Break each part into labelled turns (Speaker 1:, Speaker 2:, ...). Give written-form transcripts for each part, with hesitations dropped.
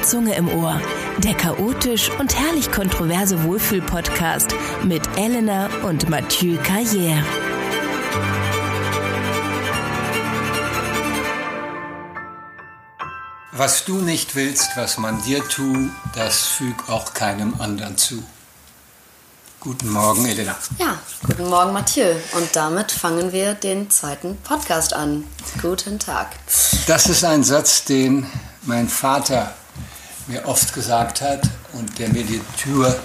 Speaker 1: Zunge im Ohr. Der chaotisch und herrlich kontroverse Wohlfühl-Podcast mit Elena und Mathieu Carrière.
Speaker 2: Was du nicht willst, was man dir tut, das füg auch keinem anderen zu. Guten Morgen, Elena.
Speaker 3: Ja, guten Morgen, Mathieu. Und damit fangen wir den zweiten Podcast an. Guten Tag.
Speaker 2: Das ist ein Satz, den mein Vater mir oft gesagt hat und der mir die Tür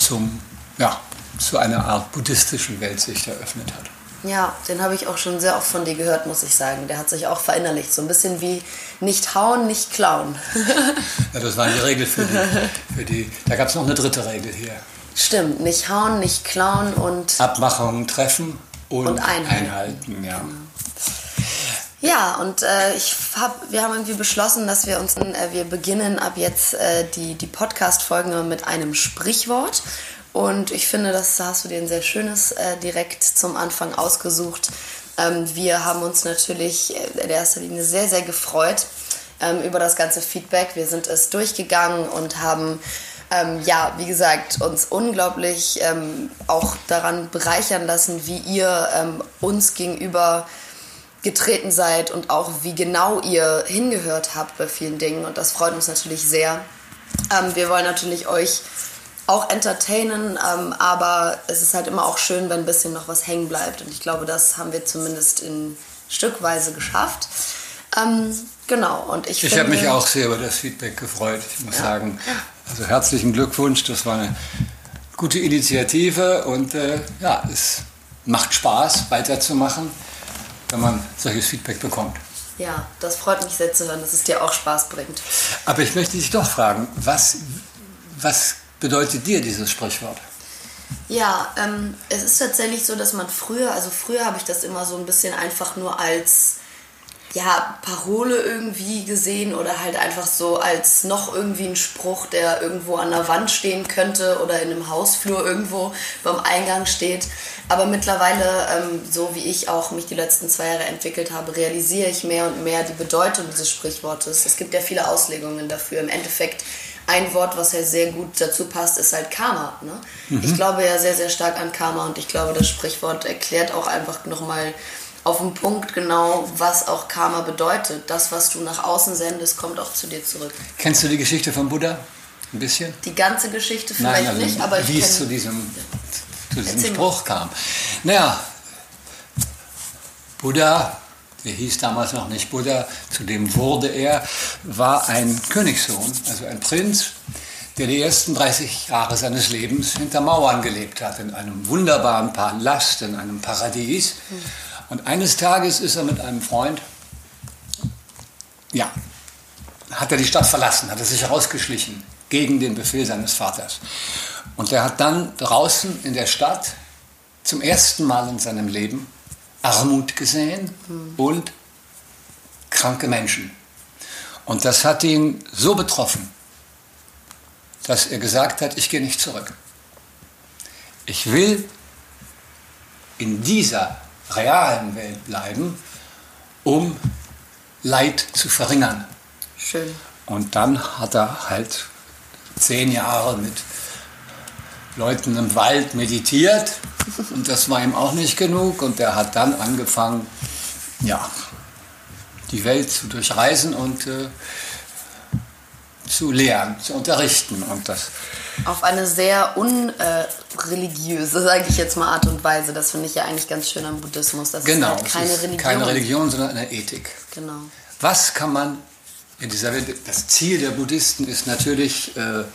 Speaker 2: zu einer Art buddhistischen Weltsicht eröffnet hat.
Speaker 3: Ja, den habe ich auch schon sehr oft von dir gehört, muss ich sagen. Der hat sich auch verinnerlicht. So ein bisschen wie nicht hauen, nicht klauen.
Speaker 2: Ja, das war die Regel für die. Da gab es noch eine dritte Regel hier.
Speaker 3: Stimmt, nicht hauen, nicht klauen und
Speaker 2: Abmachungen treffen und einhalten. Ja.
Speaker 3: Genau. Ja, und wir haben irgendwie beschlossen, dass wir beginnen ab jetzt die Podcast-Folgen mit einem Sprichwort. Und ich finde, das hast du dir ein sehr schönes direkt zum Anfang ausgesucht. Wir haben uns natürlich in erster Linie sehr, sehr gefreut über das ganze Feedback. Wir sind es durchgegangen und haben, wie gesagt, uns unglaublich auch daran bereichern lassen, wie ihr uns gegenüber getreten seid und auch wie genau ihr hingehört habt bei vielen Dingen. Und das freut uns natürlich sehr. Wir wollen natürlich euch auch entertainen, aber es ist halt immer auch schön, wenn ein bisschen noch was hängen bleibt. Und ich glaube, das haben wir zumindest in Stückweise geschafft. Genau. Und ich
Speaker 2: habe mich auch sehr über das Feedback gefreut. Ich muss sagen, also herzlichen Glückwunsch. Das war eine gute Initiative und es macht Spaß, weiterzumachen, wenn man solches Feedback bekommt.
Speaker 3: Ja, das freut mich sehr zu hören, dass es dir auch Spaß bringt.
Speaker 2: Aber ich möchte dich doch fragen, was bedeutet dir dieses Sprichwort?
Speaker 3: Ja, es ist tatsächlich so, dass man früher habe ich das immer so ein bisschen einfach nur als Parole irgendwie gesehen oder halt einfach so als noch irgendwie ein Spruch, der irgendwo an der Wand stehen könnte oder in einem Hausflur irgendwo beim Eingang steht. Aber mittlerweile, so wie ich auch mich die letzten 2 Jahre entwickelt habe, realisiere ich mehr und mehr die Bedeutung dieses Sprichwortes. Es gibt ja viele Auslegungen dafür. Im Endeffekt ein Wort, was ja sehr gut dazu passt, ist halt Karma. Ne? Mhm. Ich glaube ja sehr, sehr stark an Karma und ich glaube, das Sprichwort erklärt auch einfach nochmal auf den Punkt genau, was auch Karma bedeutet. Das, was du nach außen sendest, kommt auch zu dir zurück.
Speaker 2: Kennst du die Geschichte von Buddha? Ein bisschen?
Speaker 3: Die ganze Geschichte vielleicht nicht, aber
Speaker 2: wie es zu diesem Spruch kam. Naja, Buddha, der hieß damals noch nicht Buddha, zu dem wurde er, war ein Königssohn, also ein Prinz, der die ersten 30 Jahre seines Lebens hinter Mauern gelebt hat, in einem wunderbaren Palast, in einem Paradies. Und eines Tages ist er mit einem Freund, hat er die Stadt verlassen, hat er sich herausgeschlichen, gegen den Befehl seines Vaters. Und er hat dann draußen in der Stadt zum ersten Mal in seinem Leben Armut gesehen und kranke Menschen. Und das hat ihn so betroffen, dass er gesagt hat, ich gehe nicht zurück. Ich will in dieser realen Welt bleiben, um Leid zu verringern.
Speaker 3: Schön.
Speaker 2: Und dann hat er halt 10 Jahre mit Leuten im Wald meditiert und das war ihm auch nicht genug und er hat dann angefangen, die Welt zu durchreisen und zu lehren, zu unterrichten und das
Speaker 3: auf eine sehr unreligiöse, sage ich jetzt mal, Art und Weise. Das finde ich ja eigentlich ganz schön am Buddhismus. Das ist halt keine Religion,
Speaker 2: sondern eine Ethik.
Speaker 3: Genau.
Speaker 2: Was kann man in dieser Welt, das Ziel der Buddhisten ist natürlich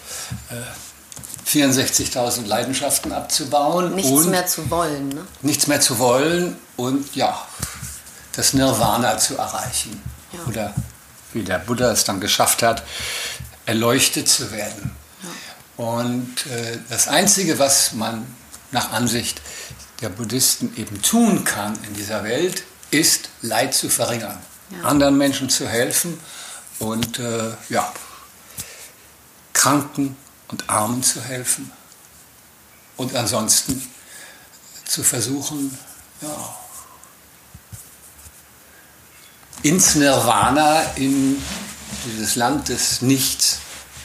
Speaker 2: 64.000 Leidenschaften abzubauen.
Speaker 3: Nichts mehr zu wollen, ne?
Speaker 2: Nichts mehr zu wollen und das Nirvana zu erreichen. Ja. Oder wie der Buddha es dann geschafft hat, erleuchtet zu werden. Ja. Und das Einzige, was man nach Ansicht der Buddhisten eben tun kann in dieser Welt, ist Leid zu verringern. Ja. Anderen Menschen zu helfen und Kranken und Armen zu helfen und ansonsten zu versuchen, ins Nirvana, in dieses Land des Nichts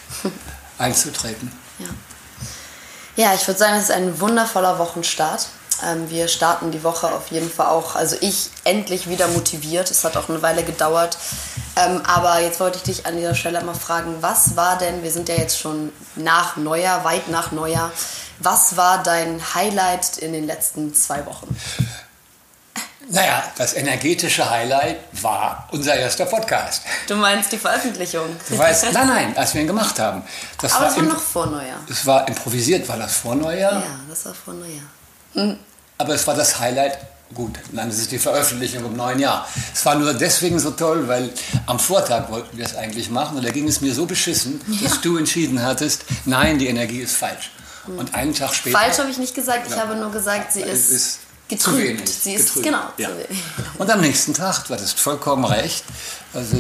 Speaker 2: einzutreten.
Speaker 3: Ja, ich würde sagen, es ist ein wundervoller Wochenstart. Wir starten die Woche auf jeden Fall auch, also ich endlich wieder motiviert. Es hat auch eine Weile gedauert. Aber jetzt wollte ich dich an dieser Stelle mal fragen, was war denn, wir sind ja jetzt schon nach Neujahr, weit nach Neujahr, was war dein Highlight in den letzten 2 Wochen?
Speaker 2: Naja, das energetische Highlight war unser erster Podcast.
Speaker 3: Du meinst die Veröffentlichung?
Speaker 2: Du weißt, nein, als wir ihn gemacht haben. Das
Speaker 3: Aber
Speaker 2: war
Speaker 3: es war noch vor Neujahr.
Speaker 2: Es war improvisiert, war das vor Neujahr?
Speaker 3: Ja, das war vor Neujahr.
Speaker 2: Aber es war das Highlight, gut, dann ist es die Veröffentlichung im neuen Jahr. Es war nur deswegen so toll, weil am Vortag wollten wir es eigentlich machen und da ging es mir so beschissen, dass du entschieden hattest, nein, die Energie ist falsch. Und einen Tag später...
Speaker 3: Falsch habe ich nicht gesagt, ich habe nur gesagt, sie ist getrübt.
Speaker 2: Zu wenig.
Speaker 3: Sie ist,
Speaker 2: getrübt.
Speaker 3: genau,
Speaker 2: ja.
Speaker 3: zu wenig.
Speaker 2: Und am nächsten Tag, du hattest vollkommen recht, also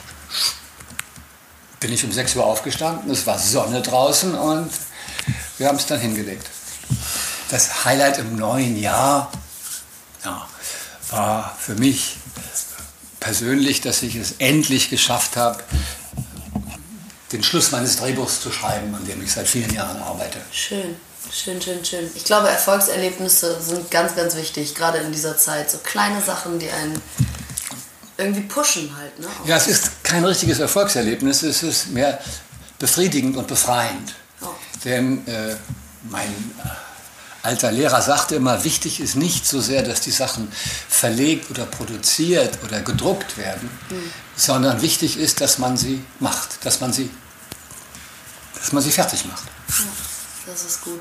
Speaker 2: bin ich um 6 Uhr aufgestanden, es war Sonne draußen und wir haben es dann hingelegt. Das Highlight im neuen Jahr war für mich persönlich, dass ich es endlich geschafft habe, den Schluss meines Drehbuchs zu schreiben, an dem ich seit vielen Jahren arbeite.
Speaker 3: Schön. Ich glaube, Erfolgserlebnisse sind ganz, ganz wichtig, gerade in dieser Zeit. So kleine Sachen, die einen irgendwie pushen halt. Ne?
Speaker 2: Ja, es ist kein richtiges Erfolgserlebnis, es ist mehr befriedigend und befreiend.
Speaker 3: Oh.
Speaker 2: Denn mein alter Lehrer sagte immer, wichtig ist nicht so sehr, dass die Sachen verlegt oder produziert oder gedruckt werden, sondern wichtig ist, dass man sie macht, dass man sie fertig macht.
Speaker 3: Ja, das ist gut.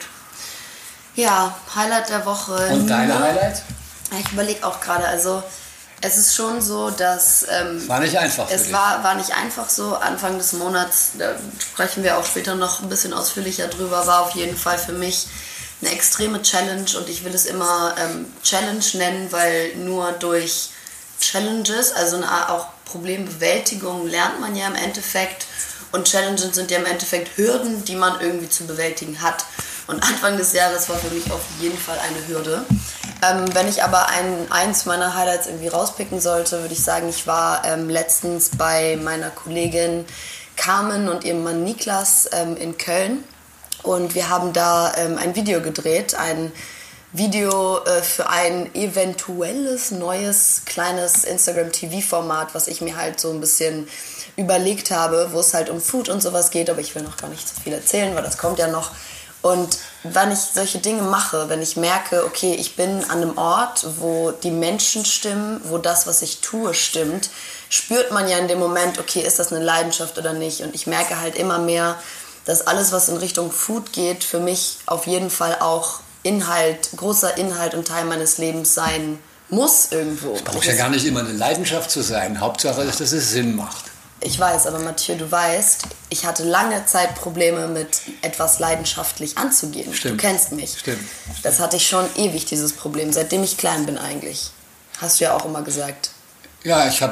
Speaker 3: Ja, Highlight der Woche.
Speaker 2: Und deine Highlight?
Speaker 3: Ich überlege auch gerade, also es ist schon so, dass...
Speaker 2: war nicht einfach für dich.
Speaker 3: War nicht einfach so. Anfang des Monats, da sprechen wir auch später noch ein bisschen ausführlicher drüber, war auf jeden Fall für mich eine extreme Challenge und ich will es immer Challenge nennen, weil nur durch Challenges, also auch Problembewältigung lernt man ja im Endeffekt und Challenges sind ja im Endeffekt Hürden, die man irgendwie zu bewältigen hat. Und Anfang des Jahres war für mich auf jeden Fall eine Hürde. Wenn ich aber eins meiner Highlights irgendwie rauspicken sollte, würde ich sagen, ich war letztens bei meiner Kollegin Carmen und ihrem Mann Niklas in Köln. Und wir haben da ein Video gedreht, ein Video für ein eventuelles neues kleines Instagram-TV-Format, was ich mir halt so ein bisschen überlegt habe, wo es halt um Food und sowas geht, aber ich will noch gar nicht so viel erzählen, weil das kommt ja noch. Und wenn ich solche Dinge mache, wenn ich merke, okay, ich bin an einem Ort, wo die Menschen stimmen, wo das, was ich tue, stimmt, spürt man ja in dem Moment, okay, ist das eine Leidenschaft oder nicht? Und ich merke halt immer mehr, dass alles, was in Richtung Food geht, für mich auf jeden Fall auch großer Inhalt und Teil meines Lebens sein muss irgendwo.
Speaker 2: Es braucht ja gar nicht immer eine Leidenschaft zu sein. Hauptsache ist, dass es Sinn macht.
Speaker 3: Ich weiß, aber Mathieu, du weißt, ich hatte lange Zeit Probleme mit etwas leidenschaftlich anzugehen.
Speaker 2: Stimmt.
Speaker 3: Du kennst mich.
Speaker 2: Stimmt.
Speaker 3: Das hatte ich schon ewig, dieses Problem, seitdem ich klein bin eigentlich. Hast du ja auch immer gesagt.
Speaker 2: Ja, ich hab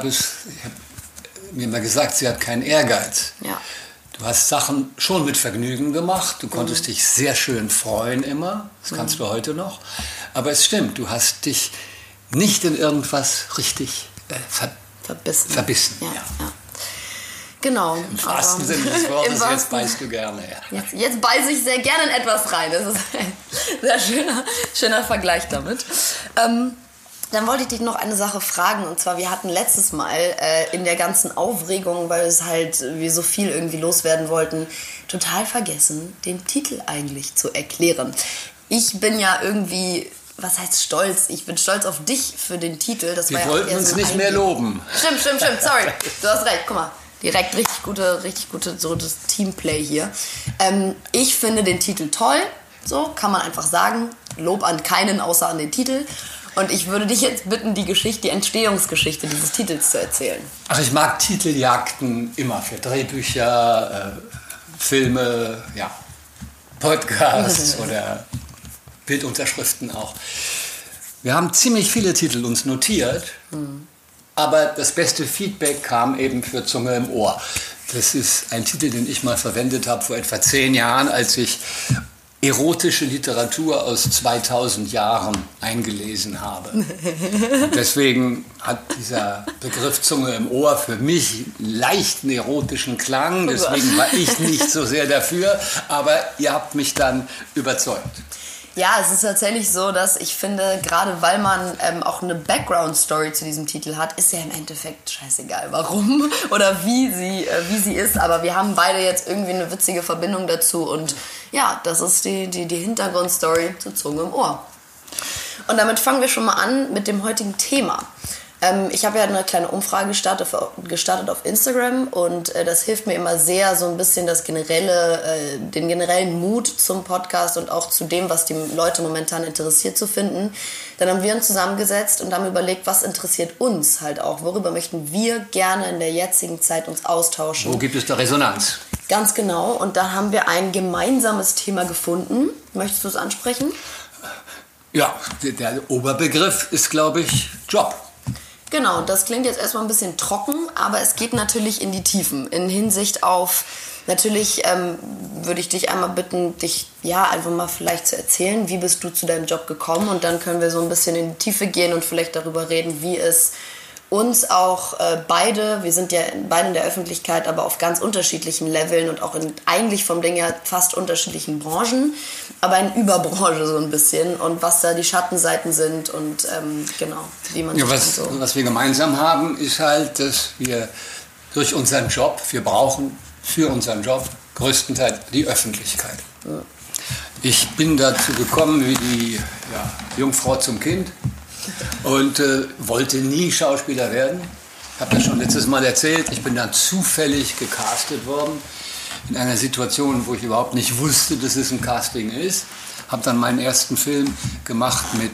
Speaker 2: mir immer gesagt, sie hat keinen Ehrgeiz.
Speaker 3: Ja.
Speaker 2: Du hast Sachen schon mit Vergnügen gemacht, du konntest dich sehr schön freuen immer, das kannst du heute noch. Aber es stimmt, du hast dich nicht in irgendwas richtig verbissen.
Speaker 3: Ja. Genau.
Speaker 2: Im wahrsten Sinne des Wortes, jetzt beißt du gerne. Ja.
Speaker 3: Jetzt beiße ich sehr gerne in etwas rein. Das ist ein sehr schöner Vergleich damit. Dann wollte ich dich noch eine Sache fragen, und zwar, wir hatten letztes Mal in der ganzen Aufregung, weil wir so viel irgendwie loswerden wollten, total vergessen, den Titel eigentlich zu erklären. Ich bin ja irgendwie, was heißt stolz? Ich bin stolz auf dich für den Titel. Das
Speaker 2: Wir
Speaker 3: war ja
Speaker 2: wollten uns nicht mehr loben.
Speaker 3: Stimmt, sorry, du hast recht, guck mal. Direkt richtig gute so das Teamplay hier. Ich finde den Titel toll, so kann man einfach sagen. Lob an keinen, außer an den Titel. Und ich würde dich jetzt bitten, die Entstehungsgeschichte dieses Titels zu erzählen.
Speaker 2: Ach, ich mag Titeljagden immer für Drehbücher, Filme, ja, Podcasts oder Bildunterschriften auch. Wir haben ziemlich viele Titel uns notiert, aber das beste Feedback kam eben für Zunge im Ohr. Das ist ein Titel, den ich mal verwendet habe vor etwa 10 Jahren, als ich erotische Literatur aus 2000 Jahren eingelesen habe. Deswegen hat dieser Begriff Zunge im Ohr für mich leichten erotischen Klang. Deswegen war ich nicht so sehr dafür, aber ihr habt mich dann überzeugt.
Speaker 3: Ja, es ist tatsächlich so, dass ich finde, gerade weil man auch eine Background-Story zu diesem Titel hat, ist ja im Endeffekt scheißegal, warum oder wie sie ist. Aber wir haben beide jetzt irgendwie eine witzige Verbindung dazu und ja, das ist die Hintergrundstory zu Zunge im Ohr. Und damit fangen wir schon mal an mit dem heutigen Thema. Ich habe ja eine kleine Umfrage gestartet auf Instagram und das hilft mir immer sehr, so ein bisschen den generellen Mut zum Podcast und auch zu dem, was die Leute momentan interessiert zu finden. Dann haben wir uns zusammengesetzt und haben überlegt, was interessiert uns halt auch, worüber möchten wir gerne in der jetzigen Zeit uns austauschen.
Speaker 2: Wo gibt es da Resonanz?
Speaker 3: Ganz genau, und da haben wir ein gemeinsames Thema gefunden. Möchtest du es ansprechen?
Speaker 2: Ja, der Oberbegriff ist, glaube ich, Job.
Speaker 3: Genau, das klingt jetzt erstmal ein bisschen trocken, aber es geht natürlich in die Tiefen. In Hinsicht auf, natürlich würde ich dich einmal bitten, dich einfach mal vielleicht zu erzählen, wie bist du zu deinem Job gekommen, und dann können wir so ein bisschen in die Tiefe gehen und vielleicht darüber reden, wie es uns auch wir sind ja beide in der Öffentlichkeit, aber auf ganz unterschiedlichen Leveln und auch eigentlich vom Ding her fast unterschiedlichen Branchen, aber in Überbranche so ein bisschen, und was da die Schattenseiten sind und genau, wie man
Speaker 2: was wir gemeinsam haben, ist halt, dass wir durch unseren Job, wir brauchen für unseren Job größtenteils die Öffentlichkeit. Ja. Ich bin dazu gekommen wie die Jungfrau zum Kind. Und wollte nie Schauspieler werden. Ich habe das schon letztes Mal erzählt. Ich bin dann zufällig gecastet worden in einer Situation, wo ich überhaupt nicht wusste, dass es ein Casting ist. Habe dann meinen ersten Film gemacht mit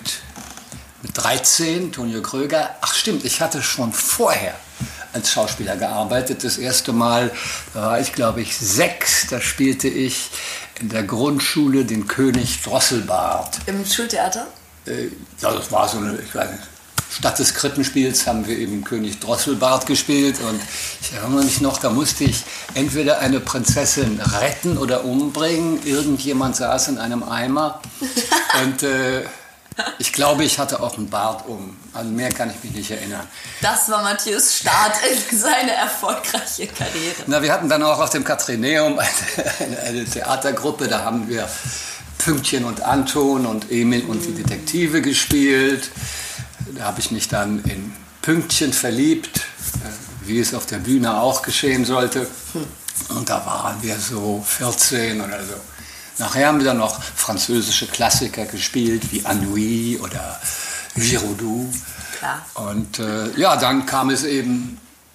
Speaker 2: 13, Tonio Kröger. Ach stimmt, ich hatte schon vorher als Schauspieler gearbeitet. Das erste Mal, da war ich glaube ich 6, da spielte ich in der Grundschule den König Drosselbart.
Speaker 3: Im Schultheater?
Speaker 2: Ja, das war so eine, ich weiß nicht, statt des Krippenspiels haben wir eben König Drosselbart gespielt, und ich erinnere mich noch, da musste ich entweder eine Prinzessin retten oder umbringen. Irgendjemand saß in einem Eimer und ich glaube, ich hatte auch einen Bart um. Also mehr kann ich mich nicht erinnern.
Speaker 3: Das war Mathieu's Start in seine erfolgreiche Karriere.
Speaker 2: Na, wir hatten dann auch auf dem Katharineum eine Theatergruppe, da haben wir Pünktchen und Anton und Emil und die Detektive gespielt. Da habe ich mich dann in Pünktchen verliebt, wie es auf der Bühne auch geschehen sollte. Und da waren wir so 14 oder so. Nachher haben wir dann noch französische Klassiker gespielt, wie Anouilh oder Giraudoux. Klar. Und dann kam es eben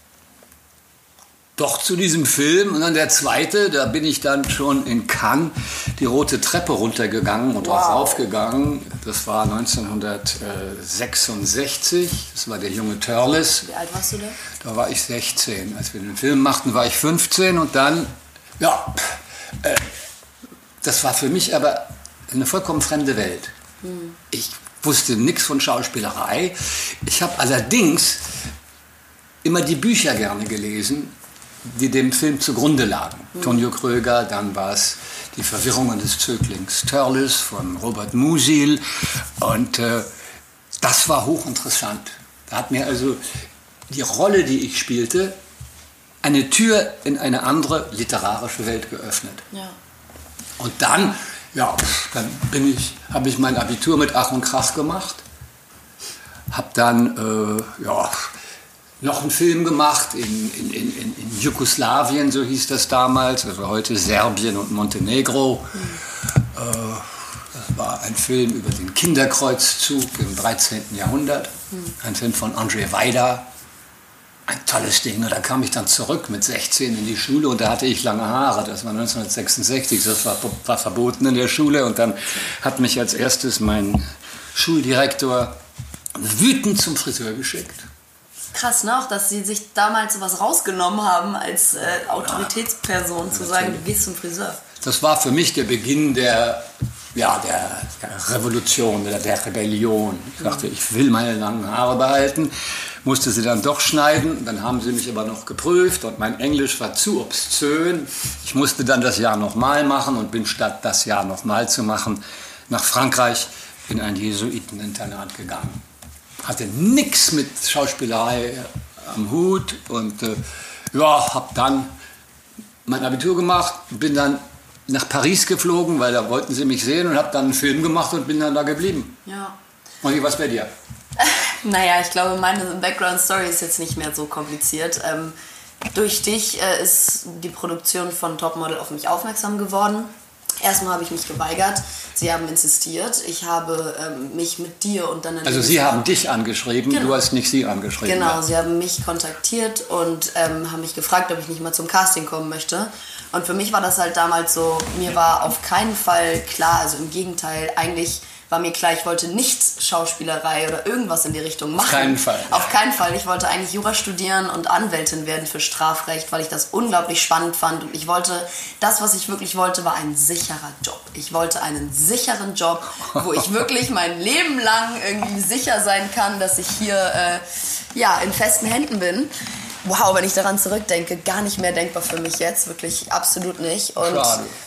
Speaker 2: doch zu diesem Film. Und dann der zweite, da bin ich dann schon in Cannes die rote Treppe runtergegangen und auch raufgegangen. Das war 1966, das war der junge Törles.
Speaker 3: Wie alt warst du da?
Speaker 2: Da war ich 16. Als wir den Film machten, war ich 15, und dann, das war für mich aber eine vollkommen fremde Welt. Ich wusste nichts von Schauspielerei. Ich habe allerdings immer die Bücher gerne gelesen, die dem Film zugrunde lagen. Tonio Kröger, dann war es Die Verwirrungen des Zöglings Törles von Robert Musil, und das war hochinteressant. Da hat mir also die Rolle, die ich spielte, eine Tür in eine andere literarische Welt geöffnet. Ja. Und dann habe ich mein Abitur mit Ach und Krach gemacht, habe dann noch einen Film gemacht in Jugoslawien, so hieß das damals, also heute Serbien und Montenegro. Das war ein Film über den Kinderkreuzzug im 13. Jahrhundert, ein Film von Andrzej Wajda. Ein tolles Ding. Und da kam ich dann zurück mit 16 in die Schule, und da hatte ich lange Haare. Das war 1966, das war verboten in der Schule. Und dann hat mich als erstes mein Schuldirektor wütend zum Friseur geschickt.
Speaker 3: Krass, ne? Auch, dass sie sich damals sowas rausgenommen haben, als Autoritätsperson zu sagen, du gehst zum Friseur.
Speaker 2: Das war für mich der Beginn der der Revolution oder der Rebellion. Ich sagte, ich will meine langen Haare behalten, musste sie dann doch schneiden. Dann haben sie mich aber noch geprüft und mein Englisch war zu obszön. Ich musste dann das Jahr nochmal machen und bin statt das Jahr nochmal zu machen nach Frankreich in ein Jesuiteninternat gegangen. Hatte nichts mit Schauspielerei am Hut und habe dann mein Abitur gemacht, bin dann nach Paris geflogen, weil da wollten sie mich sehen und habe dann einen Film gemacht und bin dann da geblieben.
Speaker 3: Ja.
Speaker 2: Und wie war's bei dir?
Speaker 3: Naja, ich glaube, meine Background-Story ist jetzt nicht mehr so kompliziert. Durch dich ist die Produktion von Topmodel auf mich aufmerksam geworden. Erstmal habe ich mich geweigert, sie haben insistiert. Ich habe mich mit dir und dann...
Speaker 2: Also sie haben dich angeschrieben, genau. Du hast nicht sie angeschrieben.
Speaker 3: Genau, sie haben mich kontaktiert und haben mich gefragt, ob ich nicht mal zum Casting kommen möchte. Und für mich war das halt damals so, mir war auf keinen Fall klar, also im Gegenteil, eigentlich war mir klar, ich wollte nicht Schauspielerei oder irgendwas in die Richtung machen.
Speaker 2: Auf keinen Fall.
Speaker 3: Auf keinen Fall. Ich wollte eigentlich Jura studieren und Anwältin werden für Strafrecht, weil ich das unglaublich spannend fand. Und ich wollte, das, was ich wirklich wollte, war ein sicherer Job. Ich wollte einen sicheren Job, wo ich wirklich mein Leben lang irgendwie sicher sein kann, dass ich hier in festen Händen bin. Wow, wenn ich daran zurückdenke, gar nicht mehr denkbar für mich jetzt. Wirklich absolut nicht. Und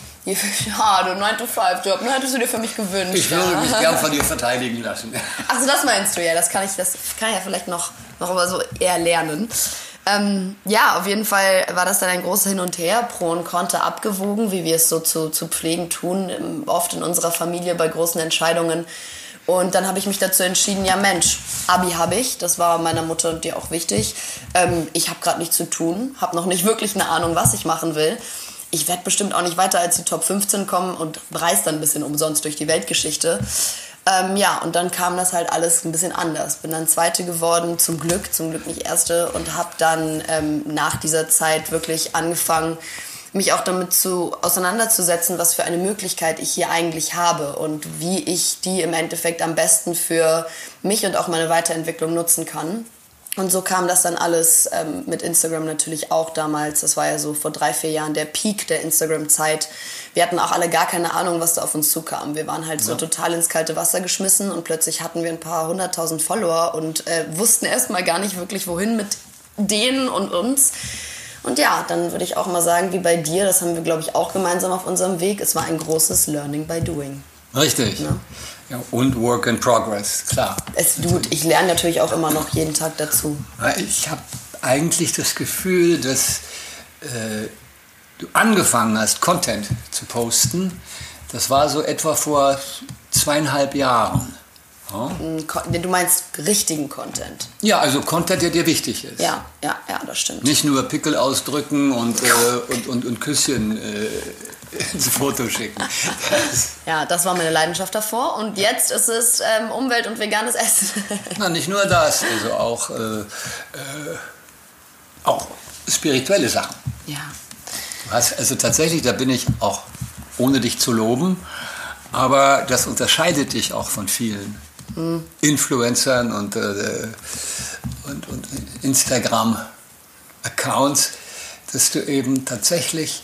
Speaker 3: schade, 9-to-5-Job, ne, hättest du dir für mich gewünscht.
Speaker 2: Ich würde mich gern von dir verteidigen lassen.
Speaker 3: Also das meinst du, ja, das kann ich ja vielleicht noch aber so eher lernen. Auf jeden Fall war das dann ein großes Hin und Her, Pro und Contra abgewogen, wie wir es so zu pflegen tun, oft in unserer Familie bei großen Entscheidungen. Und dann habe ich mich dazu entschieden, ja Mensch, Abi habe ich, das war meiner Mutter und dir auch wichtig. Ich habe gerade nichts zu tun, habe noch nicht wirklich eine Ahnung, was ich machen will. Ich werde bestimmt auch nicht weiter als die Top 15 kommen und reise dann ein bisschen umsonst durch die Weltgeschichte. Und dann kam das halt alles ein bisschen anders. Bin dann Zweite geworden, zum Glück nicht Erste. Und habe dann nach dieser Zeit wirklich angefangen, mich auch damit auseinanderzusetzen, was für eine Möglichkeit ich hier eigentlich habe und wie ich die im Endeffekt am besten für mich und auch meine Weiterentwicklung nutzen kann. Und so kam das dann alles mit Instagram natürlich auch damals. Das war ja so vor 3-4 Jahren der Peak der Instagram-Zeit. Wir hatten auch alle gar keine Ahnung, was da auf uns zukam. Wir waren halt so total ins kalte Wasser geschmissen und plötzlich hatten wir ein paar 100.000 Follower und wussten erstmal gar nicht wirklich, wohin mit denen und uns. Und ja, dann würde ich auch mal sagen, wie bei dir, das haben wir, glaube ich, auch gemeinsam auf unserem Weg. Es war ein großes Learning by Doing.
Speaker 2: Richtig. Ne? Ja, und Work in Progress, klar.
Speaker 3: Ich lerne natürlich auch immer noch jeden Tag dazu.
Speaker 2: Ich habe eigentlich das Gefühl, dass du angefangen hast, Content zu posten. Das war so etwa vor 2,5 Jahren. Ja?
Speaker 3: Du meinst richtigen Content?
Speaker 2: Ja, also Content, der dir wichtig ist.
Speaker 3: Ja, das stimmt.
Speaker 2: Nicht nur Pickel ausdrücken und Küsschen ins Foto schicken.
Speaker 3: Ja, das war meine Leidenschaft davor. Und jetzt ist es Umwelt und veganes Essen.
Speaker 2: Na, nicht nur das, also auch spirituelle Sachen.
Speaker 3: Ja.
Speaker 2: Du hast, also tatsächlich, da bin ich auch, ohne dich zu loben, aber das unterscheidet dich auch von vielen Influencern und Instagram-Accounts, dass du eben tatsächlich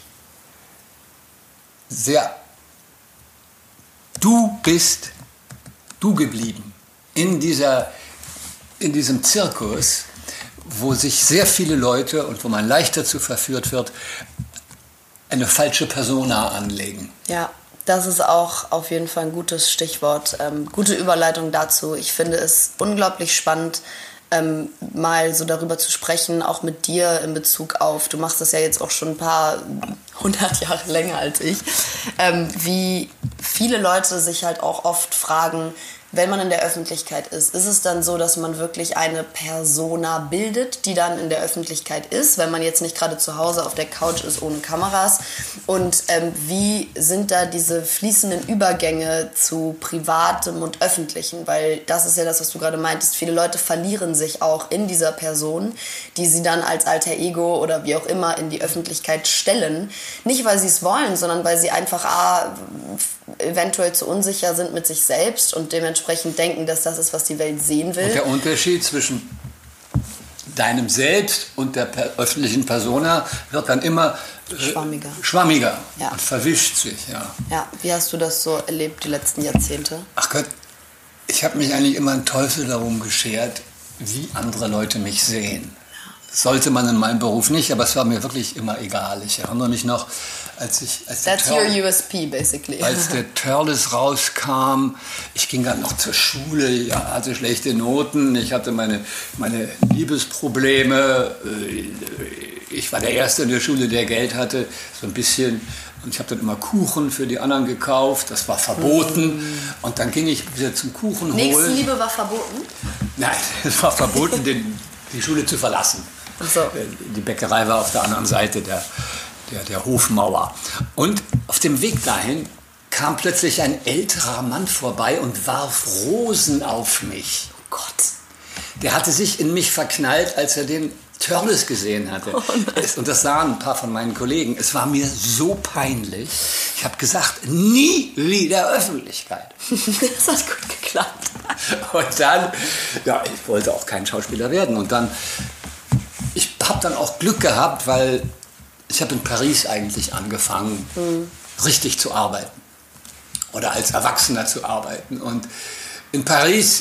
Speaker 2: du bist du geblieben in diesem Zirkus, wo sich sehr viele Leute und wo man leicht dazu verführt wird, eine falsche Persona anlegen.
Speaker 3: Ja. Das ist auch auf jeden Fall ein gutes Stichwort, gute Überleitung dazu. Ich finde es unglaublich spannend, mal so darüber zu sprechen, auch mit dir in Bezug auf, du machst das ja jetzt auch schon ein paar 100 Jahre länger als ich, wie viele Leute sich halt auch oft fragen, wenn man in der Öffentlichkeit ist es dann so, dass man wirklich eine Persona bildet, die dann in der Öffentlichkeit ist, wenn man jetzt nicht gerade zu Hause auf der Couch ist ohne Kameras? Und wie sind da diese fließenden Übergänge zu Privatem und Öffentlichen? Weil das ist ja das, was du gerade meintest. Viele Leute verlieren sich auch in dieser Person, die sie dann als Alter Ego oder wie auch immer in die Öffentlichkeit stellen. Nicht, weil sie es wollen, sondern weil sie einfach eventuell zu unsicher sind mit sich selbst und dementsprechend denken, dass das ist, was die Welt sehen will.
Speaker 2: Und der Unterschied zwischen deinem Selbst und der öffentlichen Persona wird dann immer schwammiger
Speaker 3: Ja.
Speaker 2: und verwischt sich, ja.
Speaker 3: Ja, wie hast du das so erlebt die letzten Jahrzehnte?
Speaker 2: Ach Gott, ich habe mich eigentlich immer einen Teufel darum geschert, wie andere Leute mich sehen. Sollte man in meinem Beruf nicht, aber es war mir wirklich immer egal. Ich erinnere mich noch, als
Speaker 3: That's your USP, basically.
Speaker 2: Als der Törles rauskam, ich ging dann noch zur Schule, ja, hatte schlechte Noten, ich hatte meine Liebesprobleme, ich war der Erste in der Schule, der Geld hatte, so ein bisschen. Und ich habe dann immer Kuchen für die anderen gekauft, das war verboten. Und dann ging ich wieder zum Kuchen holen.
Speaker 3: Nächstenliebe war verboten?
Speaker 2: Nein, es war verboten, die Schule zu verlassen.
Speaker 3: Ach so.
Speaker 2: Die Bäckerei war auf der anderen Seite der Hofmauer. Und auf dem Weg dahin kam plötzlich ein älterer Mann vorbei und warf Rosen auf mich.
Speaker 3: Oh Gott.
Speaker 2: Der hatte sich in mich verknallt, als er den Törles gesehen hatte.
Speaker 3: Oh
Speaker 2: Und das sahen ein paar von meinen Kollegen. Es war mir so peinlich. Ich habe gesagt, nie wieder Öffentlichkeit.
Speaker 3: Das hat gut geklappt.
Speaker 2: Und dann, ja, ich wollte auch kein Schauspieler werden. Und dann, ich habe dann auch Glück gehabt, weil ich habe in Paris eigentlich angefangen, richtig zu arbeiten. Oder als Erwachsener zu arbeiten. Und in Paris,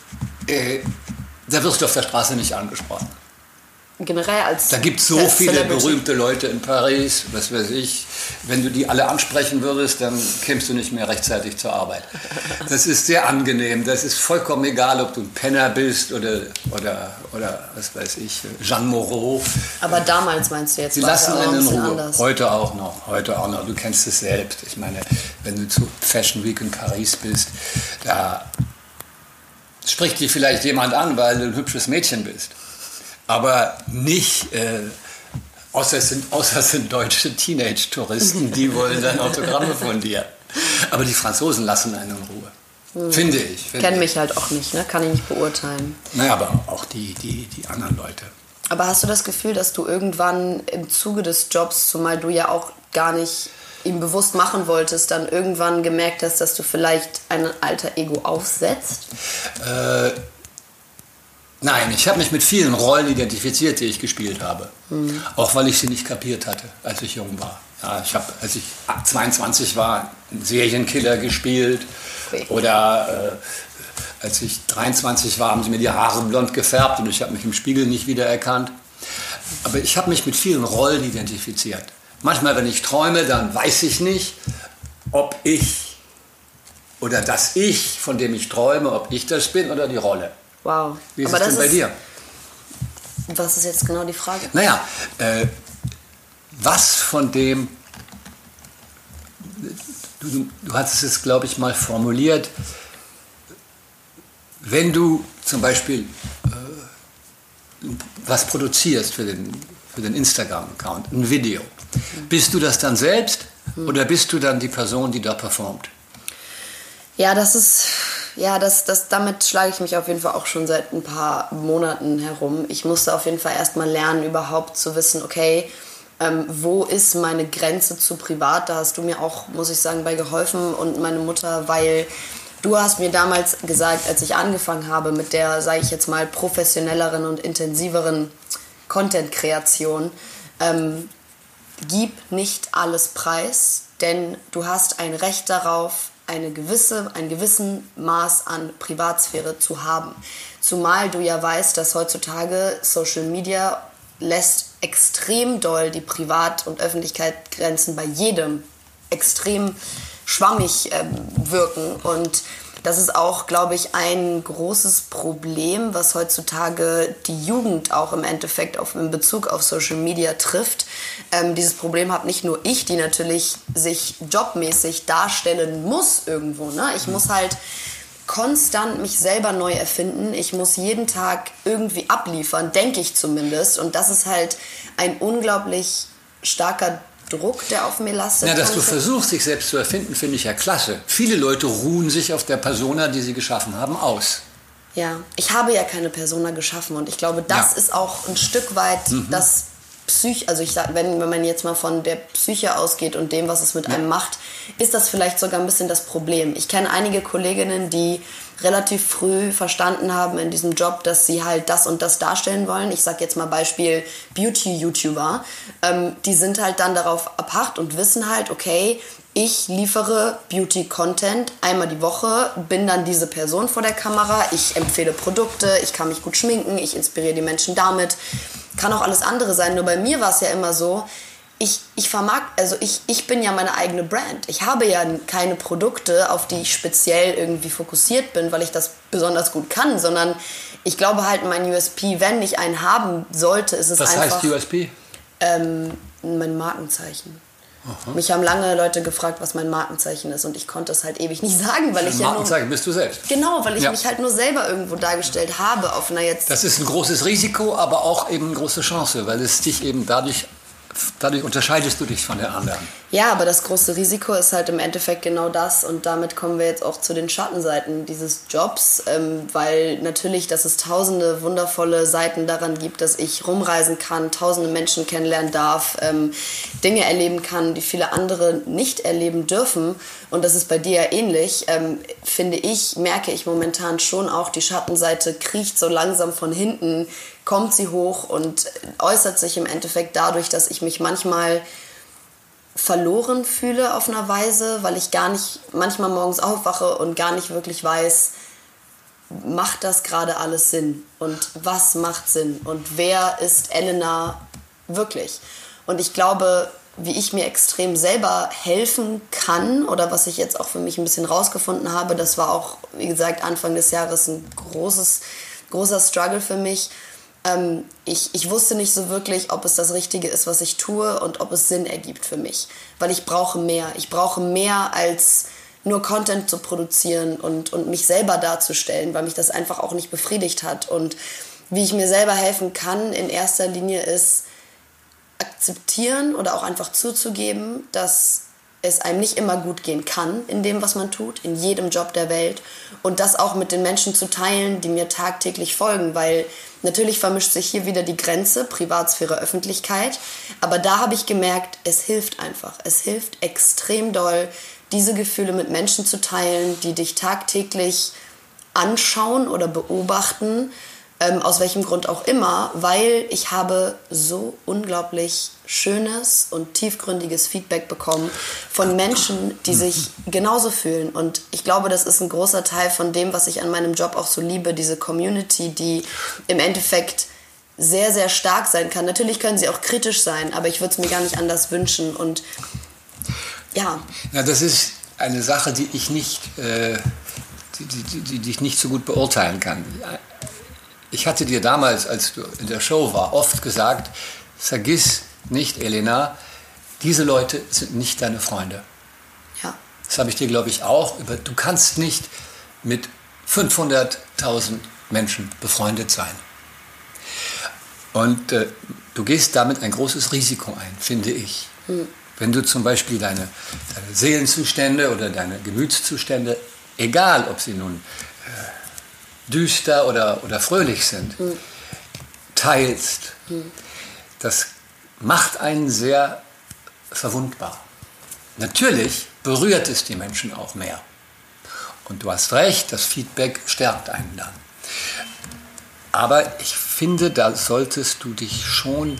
Speaker 2: da wirst du auf der Straße nicht angesprochen.
Speaker 3: Generell als
Speaker 2: Da gibt es so viele berühmte Leute in Paris, was weiß ich. Wenn du die alle ansprechen würdest, dann kämst du nicht mehr rechtzeitig zur Arbeit. Das ist sehr angenehm. Das ist vollkommen egal, ob du ein Penner bist oder was weiß ich, Jeanne Moreau.
Speaker 3: Aber damals meinst du jetzt?
Speaker 2: Sie lassen einen in Ruhe.
Speaker 3: Anders.
Speaker 2: Heute auch noch. Du kennst es selbst. Ich meine, wenn du zu Fashion Week in Paris bist, da spricht dich vielleicht jemand an, weil du ein hübsches Mädchen bist. Aber nicht, außer es sind deutsche Teenage-Touristen, die wollen dann Autogramme von dir. Aber die Franzosen lassen einen in Ruhe, finde ich.
Speaker 3: Kennen mich halt auch nicht, ne? Kann ich nicht beurteilen.
Speaker 2: Naja, aber auch die anderen Leute.
Speaker 3: Aber hast du das Gefühl, dass du irgendwann im Zuge des Jobs, zumal du ja auch gar nicht ihm bewusst machen wolltest, dann irgendwann gemerkt hast, dass du vielleicht ein alter Ego aufsetzt?
Speaker 2: Nein, ich habe mich mit vielen Rollen identifiziert, die ich gespielt habe. Auch weil ich sie nicht kapiert hatte, als ich jung war. Ja, ich habe, als ich 22 war, einen Serienkiller gespielt. Oder als ich 23 war, haben sie mir die Haare blond gefärbt und ich habe mich im Spiegel nicht wiedererkannt. Aber ich habe mich mit vielen Rollen identifiziert. Manchmal, wenn ich träume, dann weiß ich nicht, ob ich oder das Ich, von dem ich träume, ob ich das bin oder die Rolle.
Speaker 3: Wow.
Speaker 2: Wie ist es denn bei dir?
Speaker 3: Was ist jetzt genau die Frage?
Speaker 2: Naja, was von dem, du hattest es, glaube ich, mal formuliert, wenn du zum Beispiel was produzierst für den Instagram-Account, ein Video, bist du das dann selbst oder bist du dann die Person, die da performt?
Speaker 3: Ja, damit schlage ich mich auf jeden Fall auch schon seit ein paar Monaten herum. Ich musste auf jeden Fall erstmal lernen, überhaupt zu wissen, okay, wo ist meine Grenze zu privat? Da hast du mir auch, muss ich sagen, bei geholfen und meine Mutter, weil du hast mir damals gesagt, als ich angefangen habe mit der, sage ich jetzt mal, professionelleren und intensiveren Content-Kreation, gib nicht alles preis, denn du hast ein Recht darauf, einen gewissen Maß an Privatsphäre zu haben. Zumal du ja weißt, dass heutzutage Social Media lässt extrem doll die Privat- und Öffentlichkeitsgrenzen bei jedem extrem schwammig wirken. Und das ist auch, glaube ich, ein großes Problem, was heutzutage die Jugend auch im Endeffekt in Bezug auf Social Media trifft. Dieses Problem habe nicht nur ich, die natürlich sich jobmäßig darstellen muss irgendwo. Ne? Ich muss halt konstant mich selber neu erfinden. Ich muss jeden Tag irgendwie abliefern, denke ich zumindest. Und das ist halt ein unglaublich starker Druck, der auf mir lastet.
Speaker 2: Ja, dass du versuchst, dich selbst zu erfinden, finde ich ja klasse. Viele Leute ruhen sich auf der Persona, die sie geschaffen haben, aus.
Speaker 3: Ja, ich habe ja keine Persona geschaffen und ich glaube, das ist auch ein Stück weit das also ich sag, wenn man jetzt mal von der Psyche ausgeht und dem, was es mit einem macht, ist das vielleicht sogar ein bisschen das Problem. Ich kenne einige Kolleginnen, die relativ früh verstanden haben in diesem Job, dass sie halt das und das darstellen wollen. Ich sag jetzt mal Beispiel Beauty-YouTuber. Die sind halt dann darauf erpicht und wissen halt, okay, ich liefere Beauty-Content einmal die Woche, bin dann diese Person vor der Kamera, ich empfehle Produkte, ich kann mich gut schminken, ich inspiriere die Menschen damit. Kann auch alles andere sein, nur bei mir war es ja immer so, ich bin ja meine eigene Brand. Ich habe ja keine Produkte, auf die ich speziell irgendwie fokussiert bin, weil ich das besonders gut kann, sondern ich glaube halt, mein USP, wenn ich einen haben sollte, ist es
Speaker 2: Was
Speaker 3: einfach...
Speaker 2: heißt USP?
Speaker 3: Mein Markenzeichen. Aha. Mich haben lange Leute gefragt, was mein Markenzeichen ist und ich konnte es halt ewig nicht sagen, weil ich ja
Speaker 2: Markenzeichen bist du selbst.
Speaker 3: Genau, weil ich mich halt nur selber irgendwo dargestellt habe auf einer jetzt...
Speaker 2: Das ist ein großes Risiko, aber auch eben eine große Chance, weil es dich eben dadurch unterscheidest du dich von den anderen.
Speaker 3: Ja, aber das große Risiko ist halt im Endeffekt genau das und damit kommen wir jetzt auch zu den Schattenseiten dieses Jobs, weil natürlich, dass es tausende wundervolle Seiten daran gibt, dass ich rumreisen kann, tausende Menschen kennenlernen darf, Dinge erleben kann, die viele andere nicht erleben dürfen und das ist bei dir ja ähnlich, finde ich, merke ich momentan schon auch, die Schattenseite kriecht so langsam von hinten, kommt sie hoch und äußert sich im Endeffekt dadurch, dass ich mich manchmal verloren fühle auf einer Weise, weil ich gar nicht manchmal morgens aufwache und gar nicht wirklich weiß, macht das gerade alles Sinn und was macht Sinn und wer ist Elena wirklich? Und ich glaube, wie ich mir extrem selber helfen kann oder was ich jetzt auch für mich ein bisschen rausgefunden habe, das war auch, wie gesagt, Anfang des Jahres ein großer Struggle für mich. Ich wusste nicht so wirklich, ob es das Richtige ist, was ich tue und ob es Sinn ergibt für mich. Weil ich brauche mehr. Ich brauche mehr als nur Content zu produzieren und mich selber darzustellen, weil mich das einfach auch nicht befriedigt hat. Und wie ich mir selber helfen kann, in erster Linie ist akzeptieren oder auch einfach zuzugeben, dass es einem nicht immer gut gehen kann in dem, was man tut, in jedem Job der Welt. Und das auch mit den Menschen zu teilen, die mir tagtäglich folgen, weil natürlich vermischt sich hier wieder die Grenze, Privatsphäre, Öffentlichkeit. Aber da habe ich gemerkt, es hilft einfach. Es hilft extrem doll, diese Gefühle mit Menschen zu teilen, die dich tagtäglich anschauen oder beobachten, aus welchem Grund auch immer, weil ich habe so unglaublich schönes und tiefgründiges Feedback bekommen von Menschen, die sich genauso fühlen. Und ich glaube, das ist ein großer Teil von dem, was ich an meinem Job auch so liebe, diese Community, die im Endeffekt sehr, sehr stark sein kann. Natürlich können sie auch kritisch sein, aber ich würde es mir gar nicht anders wünschen. Und ja.
Speaker 2: Na, das ist eine Sache, die ich nicht, die ich nicht so gut beurteilen kann. Ich hatte dir damals, als du in der Show war, oft gesagt, vergiss nicht, Elena, diese Leute sind nicht deine Freunde.
Speaker 3: Ja.
Speaker 2: Das habe ich dir, glaube ich, auch. Du kannst nicht mit 500.000 Menschen befreundet sein. Und du gehst damit ein großes Risiko ein, finde ich. Wenn du zum Beispiel deine Seelenzustände oder deine Gemütszustände, egal ob sie nun düster oder fröhlich sind, teilst, das macht einen sehr verwundbar. Natürlich berührt es die Menschen auch mehr. Und du hast recht, das Feedback stärkt einen dann. Aber ich finde, da solltest du dich schon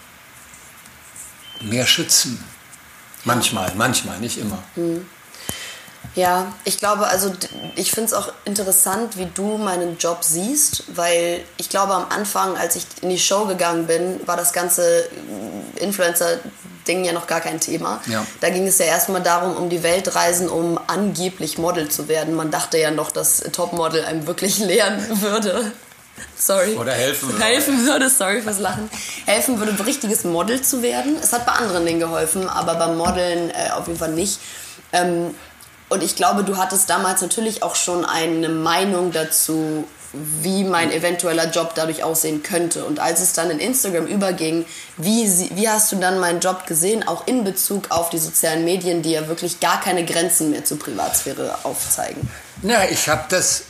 Speaker 2: mehr schützen. Manchmal, nicht immer.
Speaker 3: Ja, ich glaube, also ich finde es auch interessant, wie du meinen Job siehst, weil ich glaube, am Anfang, als ich in die Show gegangen bin, war das ganze Influencer-Ding ja noch gar kein Thema.
Speaker 2: Ja.
Speaker 3: Da ging es ja erstmal darum, um die Welt reisen, um angeblich Model zu werden. Man dachte ja noch, dass Topmodel einem wirklich lehren würde. Sorry.
Speaker 2: Oder helfen
Speaker 3: würde, sorry fürs Lachen. Helfen würde, ein richtiges Model zu werden. Es hat bei anderen Dingen geholfen, aber beim Modeln auf jeden Fall nicht. Und ich glaube, du hattest damals natürlich auch schon eine Meinung dazu, wie mein eventueller Job dadurch aussehen könnte. Und als es dann in Instagram überging, wie hast du dann meinen Job gesehen, auch in Bezug auf die sozialen Medien, die ja wirklich gar keine Grenzen mehr zur Privatsphäre aufzeigen?
Speaker 2: Ja, ich habe das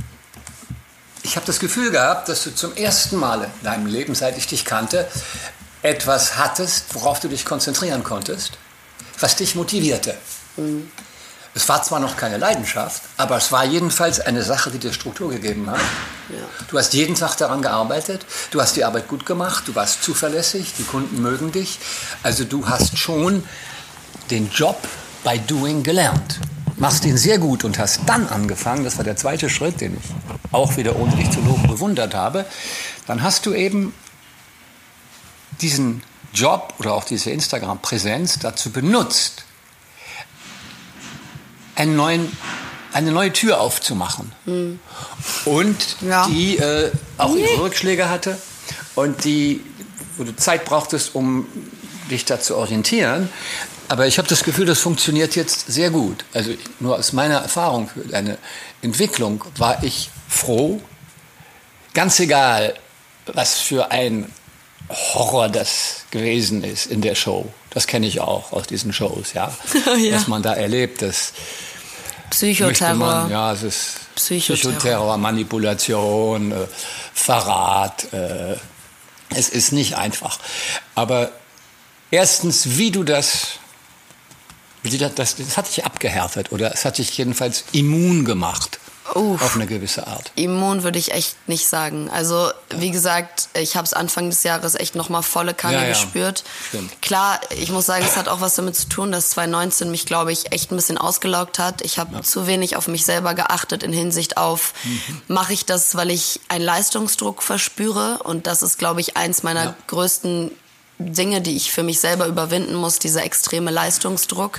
Speaker 2: Gefühl gehabt, dass du zum ersten Mal in deinem Leben, seit ich dich kannte, etwas hattest, worauf du dich konzentrieren konntest, was dich motivierte. Es war zwar noch keine Leidenschaft, aber es war jedenfalls eine Sache, die dir Struktur gegeben hat. Ja. Du hast jeden Tag daran gearbeitet, du hast die Arbeit gut gemacht, du warst zuverlässig, die Kunden mögen dich. Also du hast schon den Job by doing gelernt. Machst ihn sehr gut und hast dann angefangen, das war der zweite Schritt, den ich auch wieder, ohne dich zu loben, bewundert habe, dann hast du eben diesen Job oder auch diese Instagram-Präsenz dazu benutzt, eine neue Tür aufzumachen. Und die auch ihre Rückschläge hatte und wo du Zeit brauchtest, um dich da zu orientieren. Aber ich habe das Gefühl, das funktioniert jetzt sehr gut. Also nur aus meiner Erfahrung für eine Entwicklung war ich froh. Ganz egal, was für ein Horror das gewesen ist in der Show. Das kenne ich auch aus diesen Shows, ja. Ja. Was man da erlebt, das
Speaker 3: Psychoterror.
Speaker 2: Es ist Psychoterror, Manipulation, Verrat. Es ist nicht einfach. Aber erstens, das hat dich abgehärtet oder es hat dich jedenfalls immun gemacht. Auf eine gewisse Art.
Speaker 3: Immun würde ich echt nicht sagen. Also wie gesagt, ich habe es Anfang des Jahres echt nochmal volle Kanne gespürt.
Speaker 2: Stimmt.
Speaker 3: Klar, ich muss sagen, es hat auch was damit zu tun, dass 2019 mich, glaube ich, echt ein bisschen ausgelaugt hat. Ich habe zu wenig auf mich selber geachtet in Hinsicht auf, mache ich das, weil ich einen Leistungsdruck verspüre? Und das ist, glaube ich, eins meiner größten Dinge, die ich für mich selber überwinden muss, dieser extreme Leistungsdruck.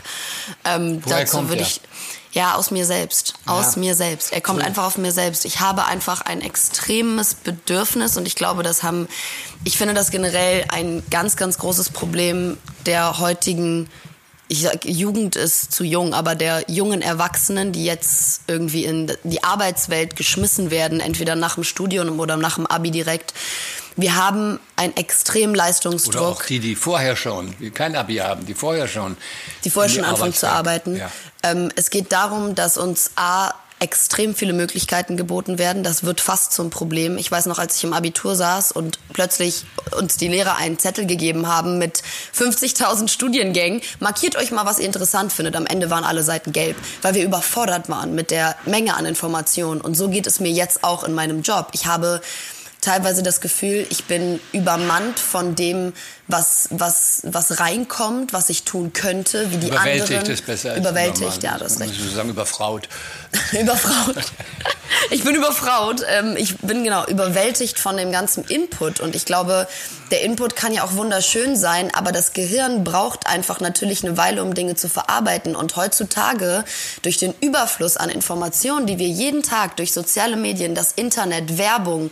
Speaker 3: Dazu würde ich... Ja, aus mir selbst. Aus mir selbst. Er kommt einfach auf mir selbst. Ich habe einfach ein extremes Bedürfnis und ich glaube, ich finde das generell ein ganz, ganz großes Problem der heutigen, ich sag, Jugend ist zu jung, aber der jungen Erwachsenen, die jetzt irgendwie in die Arbeitswelt geschmissen werden, entweder nach dem Studium oder nach dem Abi direkt. Wir haben einen extremen Leistungsdruck.
Speaker 2: Oder auch die vorher schon, die kein Abi haben, die vorher schon
Speaker 3: anfangen zu arbeiten. Ja. Es geht darum, dass uns extrem viele Möglichkeiten geboten werden. Das wird fast zum Problem. Ich weiß noch, als ich im Abitur saß und plötzlich uns die Lehrer einen Zettel gegeben haben mit 50.000 Studiengängen. Markiert euch mal, was ihr interessant findet. Am Ende waren alle Seiten gelb, weil wir überfordert waren mit der Menge an Informationen. Und so geht es mir jetzt auch in meinem Job. Ich habe teilweise das Gefühl, ich bin übermannt von dem, was reinkommt, was ich tun könnte, wie die
Speaker 2: überwältigt
Speaker 3: anderen.
Speaker 2: Ist besser als
Speaker 3: überwältigt, ja, das ist recht.
Speaker 2: Ich sagen, überfraut.
Speaker 3: Überfraut. Ich bin überfraut. Ich bin überwältigt von dem ganzen Input. Und ich glaube, der Input kann ja auch wunderschön sein, aber das Gehirn braucht einfach natürlich eine Weile, um Dinge zu verarbeiten. Und heutzutage, durch den Überfluss an Informationen, die wir jeden Tag durch soziale Medien, das Internet, Werbung,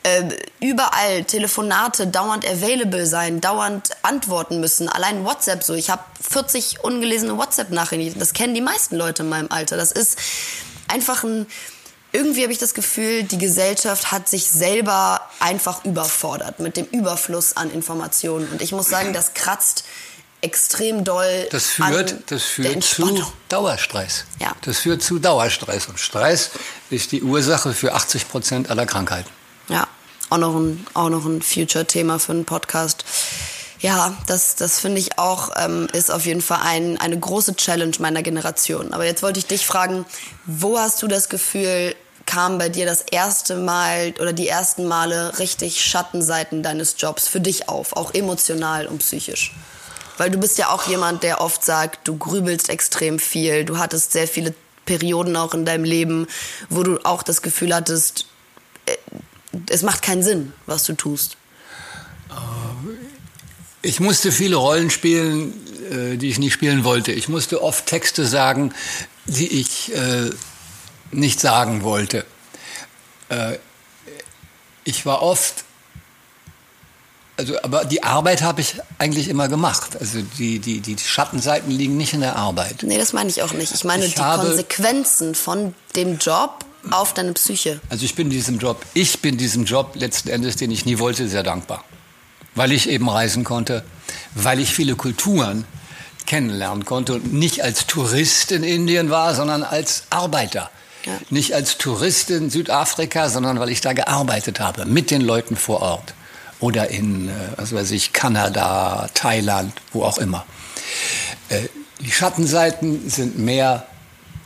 Speaker 3: überall Telefonate, dauernd available sein, dauernd antworten müssen. Allein WhatsApp so. Ich habe 40 ungelesene WhatsApp-Nachrichten. Das kennen die meisten Leute in meinem Alter. Das ist einfach irgendwie habe ich das Gefühl, die Gesellschaft hat sich selber einfach überfordert mit dem Überfluss an Informationen. Und ich muss sagen, das kratzt extrem doll
Speaker 2: Das führt zu Dauerstress. Ja. Das führt zu Dauerstress. Und Stress ist die Ursache für 80% aller Krankheiten.
Speaker 3: Ja, auch noch ein Future-Thema für einen Podcast. Ja, das finde ich auch, ist auf jeden Fall eine große Challenge meiner Generation. Aber jetzt wollte ich dich fragen, wo hast du das Gefühl, kam bei dir das erste Mal oder die ersten Male richtig Schattenseiten deines Jobs für dich auf, auch emotional und psychisch? Weil du bist ja auch jemand, der oft sagt, du grübelst extrem viel, du hattest sehr viele Perioden auch in deinem Leben, wo du auch das Gefühl hattest, es macht keinen Sinn, was du tust.
Speaker 2: Ich musste viele Rollen spielen, die ich nicht spielen wollte. Ich musste oft Texte sagen, die ich nicht sagen wollte. Ich war oft, aber die Arbeit habe ich eigentlich immer gemacht. Also die Schattenseiten liegen nicht in der Arbeit.
Speaker 3: Nee, das meine ich auch nicht. Ich meine die Konsequenzen von dem Job auf deine Psyche.
Speaker 2: Also ich bin diesem Job letzten Endes, den ich nie wollte, sehr dankbar. Weil ich eben reisen konnte, weil ich viele Kulturen kennenlernen konnte und nicht als Tourist in Indien war, sondern als Arbeiter. Ja. Nicht als Tourist in Südafrika, sondern weil ich da gearbeitet habe, mit den Leuten vor Ort. Oder in, Kanada, Thailand, wo auch immer. Die Schattenseiten sind mehr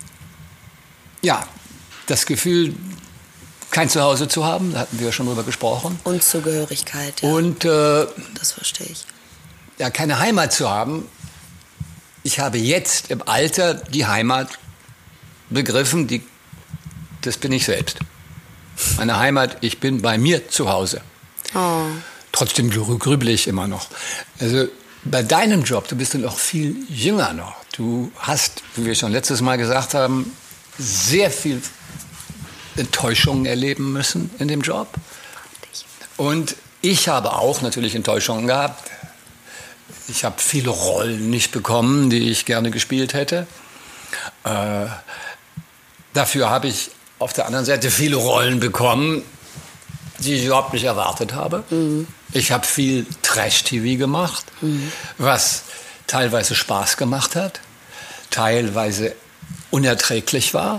Speaker 2: Ja, das Gefühl, kein Zuhause zu haben, da hatten wir ja schon drüber gesprochen.
Speaker 3: Und Zugehörigkeit, ja.
Speaker 2: Und
Speaker 3: das verstehe ich.
Speaker 2: Ja, keine Heimat zu haben. Ich habe jetzt im Alter die Heimat begriffen, das bin ich selbst. Meine Heimat, ich bin bei mir zu Hause.
Speaker 3: Oh.
Speaker 2: Trotzdem grübel ich immer noch. Also bei deinem Job, du bist ja noch viel jünger noch. Du hast, wie wir schon letztes Mal gesagt haben, sehr viel Enttäuschungen erleben müssen in dem Job. Und ich habe auch natürlich Enttäuschungen gehabt. Ich habe viele Rollen nicht bekommen, die ich gerne gespielt hätte. Dafür habe ich auf der anderen Seite viele Rollen bekommen, die ich überhaupt nicht erwartet habe. Mhm. Ich habe viel Trash-TV gemacht, was teilweise Spaß gemacht hat, teilweise unerträglich war.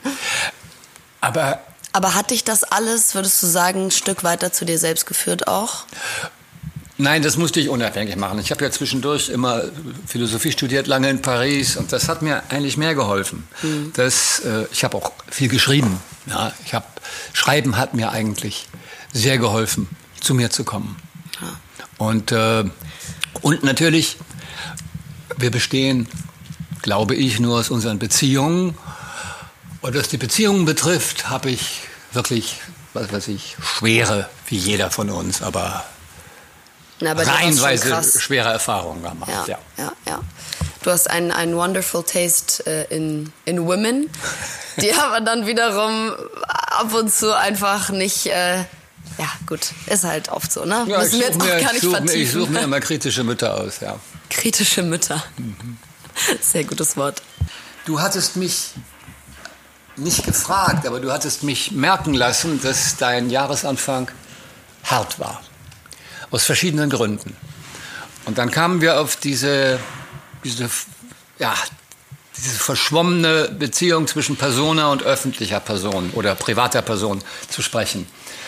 Speaker 2: Aber
Speaker 3: hat dich das alles, würdest du sagen, ein Stück weiter zu dir selbst geführt auch?
Speaker 2: Nein, das musste ich unabhängig machen. Ich habe ja zwischendurch immer Philosophie studiert, lange in Paris, und das hat mir eigentlich mehr geholfen. Mhm. Ich habe auch viel geschrieben. Ja, Schreiben hat mir eigentlich sehr geholfen, zu mir zu kommen. Ja. Und natürlich, wir bestehen, glaube ich, nur aus unseren Beziehungen. Und was die Beziehungen betrifft, habe ich wirklich, schwere, wie jeder von uns, aber reihenweise schwere Erfahrungen gemacht.
Speaker 3: Ja. Du hast einen wonderful taste in women, die aber dann wiederum ab und zu einfach nicht... ja, gut, ist halt oft so, ne?
Speaker 2: Ja, müssen wir jetzt auch gar nicht vertiefen. Ich suche mir immer kritische Mütter aus, ja.
Speaker 3: Kritische Mütter. Sehr gutes Wort.
Speaker 2: Du hattest mich nicht gefragt, aber du hattest mich merken lassen, dass dein Jahresanfang hart war. Aus verschiedenen Gründen. Und dann kamen wir auf diese verschwommene Beziehung zwischen Persona und öffentlicher Person oder privater Person zu sprechen.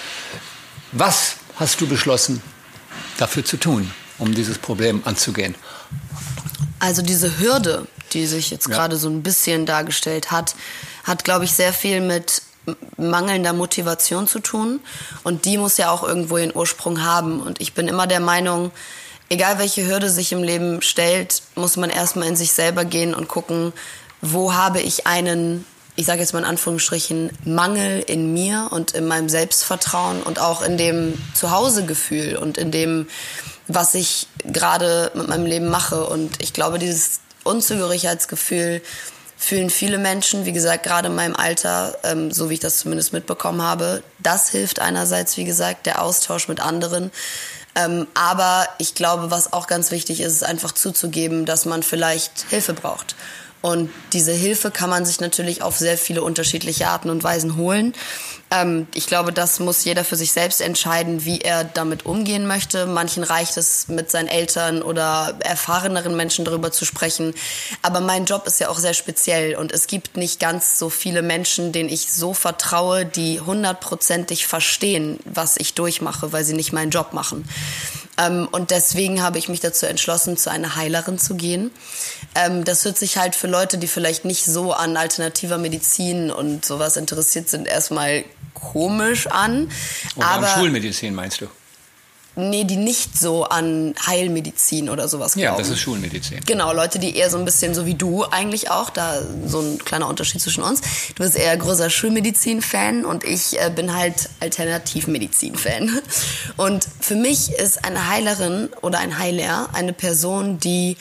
Speaker 2: Was hast du beschlossen, dafür zu tun, um dieses Problem anzugehen?
Speaker 3: Also diese Hürde, die sich jetzt gerade so ein bisschen dargestellt hat, glaube ich, sehr viel mit mangelnder Motivation zu tun. Und die muss ja auch irgendwo ihren Ursprung haben. Und ich bin immer der Meinung, egal welche Hürde sich im Leben stellt, muss man erstmal in sich selber gehen und gucken, wo habe ich einen, ich sage jetzt mal in Anführungsstrichen, Mangel in mir und in meinem Selbstvertrauen und auch in dem Zuhausegefühl und in dem, was ich gerade mit meinem Leben mache. Und ich glaube, dieses Unzugehörigkeitsgefühl fühlen viele Menschen, wie gesagt, gerade in meinem Alter, so wie ich das zumindest mitbekommen habe. Das hilft einerseits, wie gesagt, der Austausch mit anderen. Aber ich glaube, was auch ganz wichtig ist, ist einfach zuzugeben, dass man vielleicht Hilfe braucht. Und diese Hilfe kann man sich natürlich auf sehr viele unterschiedliche Arten und Weisen holen. Ich glaube, das muss jeder für sich selbst entscheiden, wie er damit umgehen möchte. Manchen reicht es, mit seinen Eltern oder erfahreneren Menschen darüber zu sprechen. Aber mein Job ist ja auch sehr speziell und es gibt nicht ganz so viele Menschen, denen ich so vertraue, die 100%ig verstehen, was ich durchmache, weil sie nicht meinen Job machen. Und deswegen habe ich mich dazu entschlossen, zu einer Heilerin zu gehen. Das hört sich halt für Leute, die vielleicht nicht so an alternativer Medizin und sowas interessiert sind, erstmal komisch an.
Speaker 2: Oder aber an Schulmedizin meinst du?
Speaker 3: Nee, die nicht so an Heilmedizin oder sowas glauben.
Speaker 2: Ja, das ist Schulmedizin.
Speaker 3: Genau, Leute, die eher so ein bisschen, so wie du eigentlich auch, da so ein kleiner Unterschied zwischen uns. Du bist eher großer Schulmedizin-Fan und ich bin halt Alternativmedizin-Fan. Und für mich ist eine Heilerin oder ein Heiler eine Person, die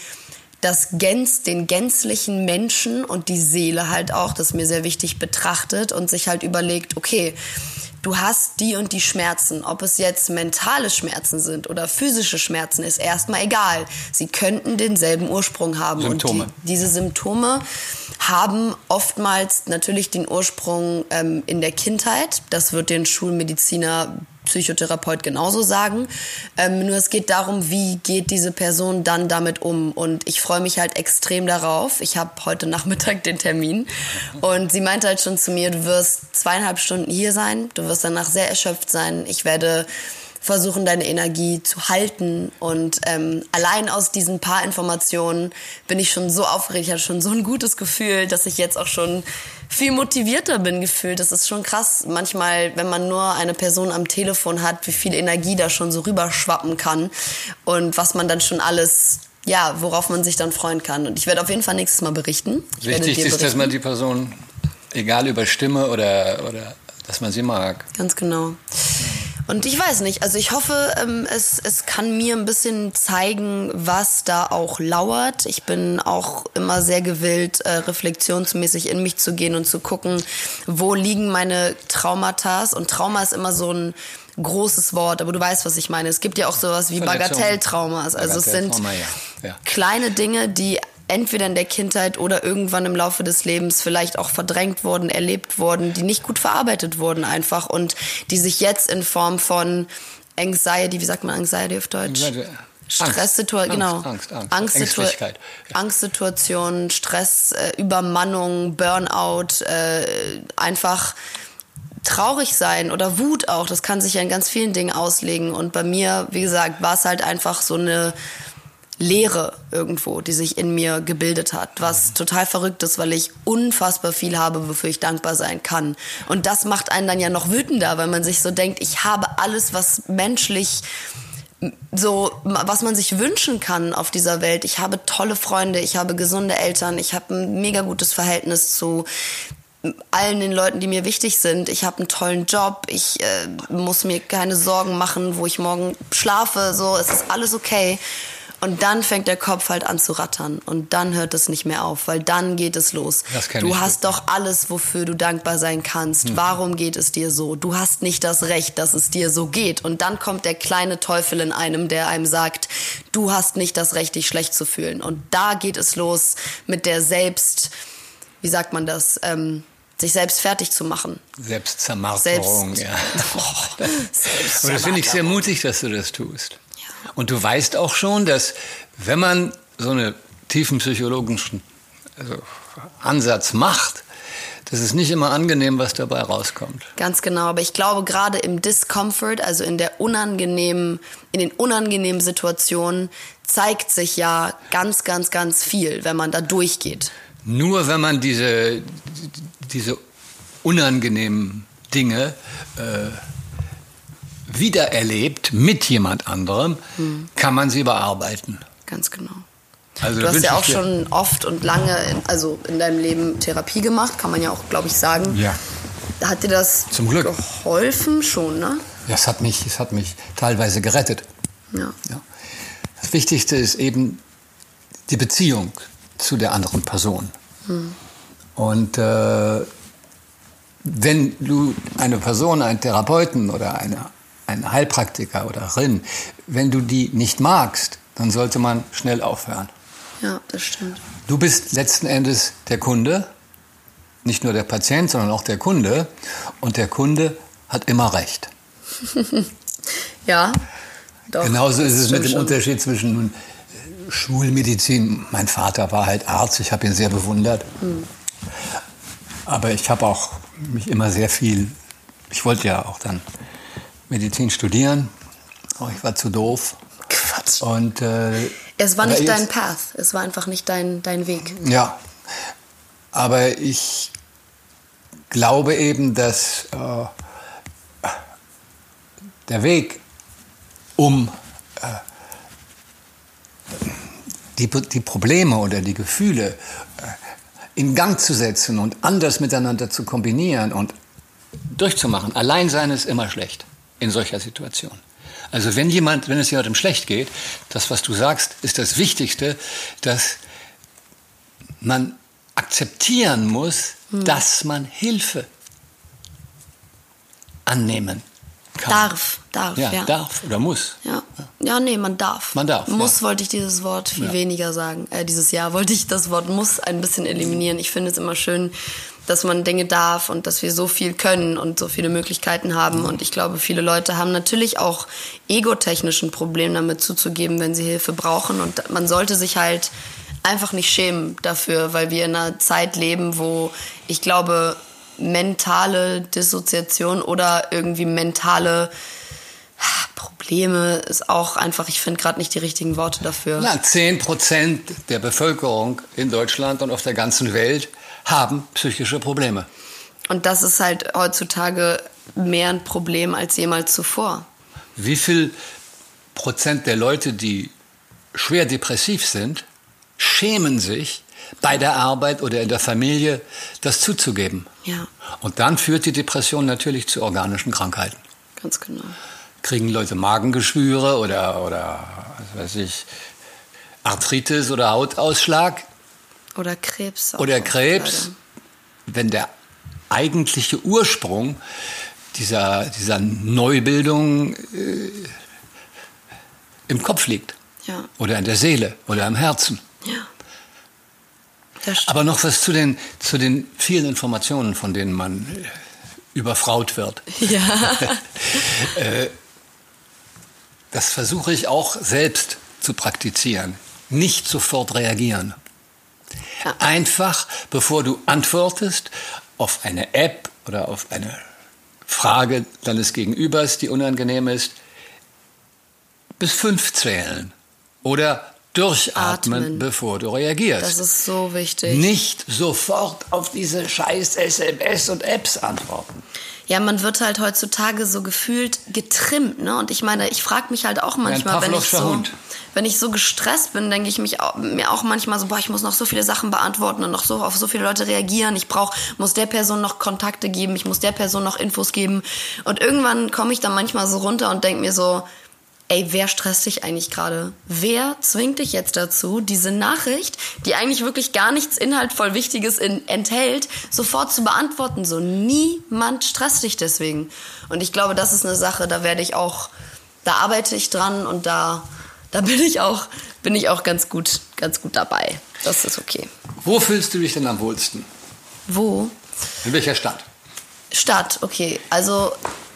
Speaker 3: den gänzlichen Menschen und die Seele halt auch, das ist mir sehr wichtig, betrachtet und sich halt überlegt, okay, du hast die und die Schmerzen. Ob es jetzt mentale Schmerzen sind oder physische Schmerzen, ist erstmal egal. Sie könnten denselben Ursprung haben.
Speaker 2: Symptome.
Speaker 3: Und diese Symptome haben oftmals natürlich den Ursprung in der Kindheit. Das wird den Schulmediziner, Psychotherapeut genauso sagen. Nur es geht darum, wie geht diese Person dann damit um. Und ich freue mich halt extrem darauf. Ich habe heute Nachmittag den Termin. Und sie meinte halt schon zu mir, du wirst 2,5 Stunden hier sein. Du wirst danach sehr erschöpft sein. Ich werde versuchen, deine Energie zu halten. Und allein aus diesen paar Informationen bin ich schon so aufgeregt, ich hatte schon so ein gutes Gefühl, dass ich jetzt auch schon viel motivierter bin gefühlt. Das ist schon krass. Manchmal, wenn man nur eine Person am Telefon hat, wie viel Energie da schon so rüberschwappen kann und was man dann schon alles, ja, worauf man sich dann freuen kann. Und ich werde auf jeden Fall nächstes Mal berichten.
Speaker 2: Wichtig ist, dass man die Person, egal über Stimme oder dass man sie mag.
Speaker 3: Ganz genau. Und ich weiß nicht, also ich hoffe, es kann mir ein bisschen zeigen, was da auch lauert. Ich bin auch immer sehr gewillt, reflexionsmäßig in mich zu gehen und zu gucken, wo liegen meine Traumata. Und Trauma ist immer so ein großes Wort, aber du weißt, was ich meine. Es gibt ja auch sowas wie Bagatelltraumas. Also es sind kleine Dinge, die entweder in der Kindheit oder irgendwann im Laufe des Lebens vielleicht auch verdrängt wurden, erlebt wurden, die nicht gut verarbeitet wurden einfach und die sich jetzt in Form von Anxiety, wie sagt man Anxiety auf Deutsch? Stresssituationen, genau. Angstsituationen, Stress, Übermannung, Burnout, einfach traurig sein oder Wut auch. Das kann sich ja in ganz vielen Dingen auslegen. Und bei mir, wie gesagt, war es halt einfach so eine Leere irgendwo, die sich in mir gebildet hat, was total verrückt ist, weil ich unfassbar viel habe, wofür ich dankbar sein kann. Und das macht einen dann ja noch wütender, weil man sich so denkt, ich habe alles, was menschlich so, was man sich wünschen kann auf dieser Welt. Ich habe tolle Freunde, ich habe gesunde Eltern, ich habe ein mega gutes Verhältnis zu allen den Leuten, die mir wichtig sind. Ich habe einen tollen Job, ich muss mir keine Sorgen machen, wo ich morgen schlafe, so, es ist alles okay. Und dann fängt der Kopf halt an zu rattern. Und dann hört es nicht mehr auf, weil dann geht es los. Du hast doch alles, wofür du dankbar sein kannst. Warum geht es dir so? Du hast nicht das Recht, dass es dir so geht. Und dann kommt der kleine Teufel in einem, der einem sagt, du hast nicht das Recht, dich schlecht zu fühlen. Und da geht es los mit der wie sagt man das, sich selbst fertig zu machen.
Speaker 2: Selbstzermarterung, ja. Und das finde ich sehr mutig, dass du das tust. Und du weißt auch schon, dass wenn man so einen tiefen psychologischen Ansatz macht, das ist nicht immer angenehm, was dabei rauskommt.
Speaker 3: Ganz genau, aber ich glaube, gerade im Discomfort, also in den unangenehmen Situationen, zeigt sich ja ganz, ganz, ganz viel, wenn man da durchgeht.
Speaker 2: Nur wenn man diese unangenehmen Dinge wiedererlebt mit jemand anderem, kann man sie bearbeiten.
Speaker 3: Ganz genau.
Speaker 2: Also
Speaker 3: du hast ja auch schon oft und lange in deinem Leben Therapie gemacht, kann man ja auch, glaube ich, sagen.
Speaker 2: Ja.
Speaker 3: Hat dir das
Speaker 2: zum Glück
Speaker 3: geholfen schon, ne?
Speaker 2: Ja, es hat mich teilweise gerettet.
Speaker 3: Ja.
Speaker 2: Das Wichtigste ist eben die Beziehung zu der anderen Person. Und wenn du eine Person, einen Therapeuten oder einen Heilpraktiker oder Rin, wenn du die nicht magst, dann sollte man schnell aufhören.
Speaker 3: Ja, das stimmt.
Speaker 2: Du bist letzten Endes der Kunde, nicht nur der Patient, sondern auch der Kunde. Und der Kunde hat immer recht.
Speaker 3: Ja, doch.
Speaker 2: Genauso ist es mit dem Unterschied zwischen Schulmedizin. Mein Vater war halt Arzt, ich habe ihn sehr bewundert. Aber ich habe auch mich immer ich wollte ja auch dann Medizin studieren, aber ich war zu doof.
Speaker 3: Quatsch.
Speaker 2: Und,
Speaker 3: es war nicht dein Path, es war einfach nicht dein Weg.
Speaker 2: Ja, aber ich glaube eben, dass der Weg, um die Probleme oder die Gefühle in Gang zu setzen und anders miteinander zu kombinieren und durchzumachen. Alleinsein ist immer schlecht in solcher Situation. Also wenn es jemandem schlecht geht, das, was du sagst, ist das Wichtigste, dass man akzeptieren muss, dass man Hilfe annehmen kann.
Speaker 3: Darf.
Speaker 2: Ja, darf oder muss.
Speaker 3: Ja, nee, man darf.
Speaker 2: Man darf.
Speaker 3: Muss wollte ich dieses Wort viel weniger sagen. Dieses Jahr wollte ich das Wort muss ein bisschen eliminieren. Ich finde es immer schön, dass man Dinge darf und dass wir so viel können und so viele Möglichkeiten haben. Und ich glaube, viele Leute haben natürlich auch egotechnisch ein Problem damit zuzugeben, wenn sie Hilfe brauchen. Und man sollte sich halt einfach nicht schämen dafür, weil wir in einer Zeit leben, wo ich glaube, mentale Dissoziation oder irgendwie mentale Probleme ist auch einfach, ich finde gerade nicht die richtigen Worte dafür.
Speaker 2: 10% der Bevölkerung in Deutschland und auf der ganzen Welt haben psychische Probleme.
Speaker 3: Und das ist halt heutzutage mehr ein Problem als jemals zuvor.
Speaker 2: Wie viel Prozent der Leute, die schwer depressiv sind, schämen sich, bei der Arbeit oder in der Familie das zuzugeben?
Speaker 3: Ja.
Speaker 2: Und dann führt die Depression natürlich zu organischen Krankheiten.
Speaker 3: Ganz genau.
Speaker 2: Kriegen Leute Magengeschwüre oder was weiß ich, Arthritis oder Hautausschlag.
Speaker 3: Oder Krebs.
Speaker 2: Oder Krebs,
Speaker 3: leider.
Speaker 2: wenn der eigentliche Ursprung dieser Neubildung im Kopf liegt.
Speaker 3: Ja.
Speaker 2: Oder in der Seele oder im Herzen.
Speaker 3: Ja. Das stimmt.
Speaker 2: Aber noch was zu den vielen Informationen, von denen man überfraut wird.
Speaker 3: Ja.
Speaker 2: Das versuche ich auch selbst zu praktizieren. Nicht sofort reagieren.
Speaker 3: Ja.
Speaker 2: Einfach, bevor du antwortest auf eine App oder auf eine Frage deines Gegenübers, die unangenehm ist, bis 5 zählen. Oder durchatmen, bevor du reagierst.
Speaker 3: Das ist so wichtig.
Speaker 2: Nicht sofort auf diese scheiß SMS und Apps antworten.
Speaker 3: Ja, man wird halt heutzutage so gefühlt getrimmt, ne? Und ich meine, ich frage mich halt auch manchmal, wenn ich so gestresst bin, denke ich mir auch manchmal so, ich muss noch so viele Sachen beantworten und noch so auf so viele Leute reagieren. Muss der Person noch Kontakte geben, ich muss der Person noch Infos geben. Und irgendwann komme ich dann manchmal so runter und denke mir so, ey, wer stresst dich eigentlich gerade? Wer zwingt dich jetzt dazu, diese Nachricht, die eigentlich wirklich gar nichts inhaltvoll Wichtiges enthält, sofort zu beantworten? So, niemand stresst dich deswegen. Und ich glaube, das ist eine Sache, da arbeite ich dran und da bin ich auch ganz gut dabei. Das ist okay.
Speaker 2: Wo fühlst du dich denn am wohlsten?
Speaker 3: Wo?
Speaker 2: In welcher Stadt?
Speaker 3: Stadt, okay. Also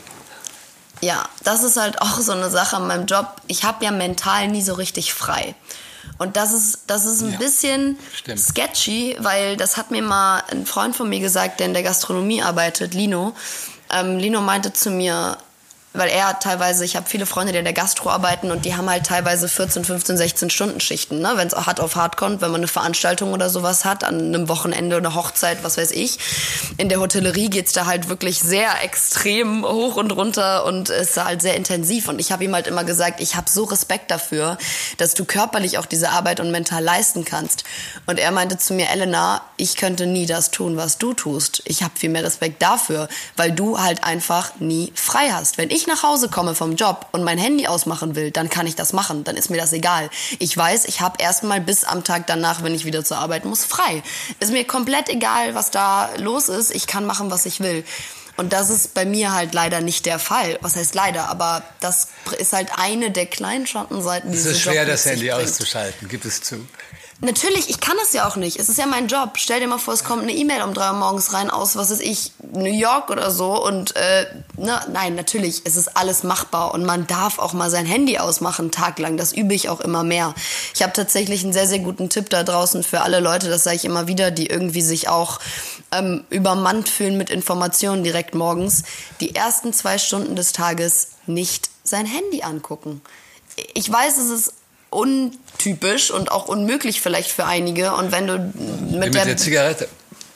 Speaker 3: ja, das ist halt auch so eine Sache an meinem Job. Ich habe ja mental nie so richtig frei. Und das ist ein bisschen sketchy, weil das hat mir mal ein Freund von mir gesagt, der in der Gastronomie arbeitet, Lino. Lino meinte zu mir, weil ich habe viele Freunde, die in der Gastro arbeiten und die haben halt teilweise 14, 15, 16 Stunden Schichten, ne? Wenn es hart auf hart kommt, wenn man eine Veranstaltung oder sowas hat, an einem Wochenende, eine Hochzeit, was weiß ich. In der Hotellerie geht's da halt wirklich sehr extrem hoch und runter und ist halt sehr intensiv. Und ich habe ihm halt immer gesagt, ich habe so Respekt dafür, dass du körperlich auch diese Arbeit und mental leisten kannst. Und er meinte zu mir, Elena, ich könnte nie das tun, was du tust. Ich habe viel mehr Respekt dafür, weil du halt einfach nie frei hast. Wenn ich nach Hause komme vom Job und mein Handy ausmachen will, dann kann ich das machen, dann ist mir das egal. Ich weiß, ich habe erstmal bis am Tag danach, wenn ich wieder zur Arbeit muss, frei. Ist mir komplett egal, was da los ist, ich kann machen, was ich will. Und das ist bei mir halt leider nicht der Fall. Was heißt leider, aber das ist halt eine der kleinen Schattenseiten dieses Jobs.
Speaker 2: Es ist schwer, das Handy auszuschalten, gib es zu.
Speaker 3: Natürlich, ich kann das ja auch nicht. Es ist ja mein Job. Stell dir mal vor, es kommt eine E-Mail um 3 Uhr morgens rein aus, was weiß ich, New York oder so. Und nein, natürlich, es ist alles machbar. Und man darf auch mal sein Handy ausmachen, taglang. Das übe ich auch immer mehr. Ich habe tatsächlich einen sehr, sehr guten Tipp da draußen für alle Leute, das sage ich immer wieder, die irgendwie sich auch übermannt fühlen mit Informationen direkt morgens. Die ersten 2 Stunden des Tages nicht sein Handy angucken. Ich weiß, es ist untypisch und auch unmöglich vielleicht für einige. Und wenn du mit
Speaker 2: der Zigarette.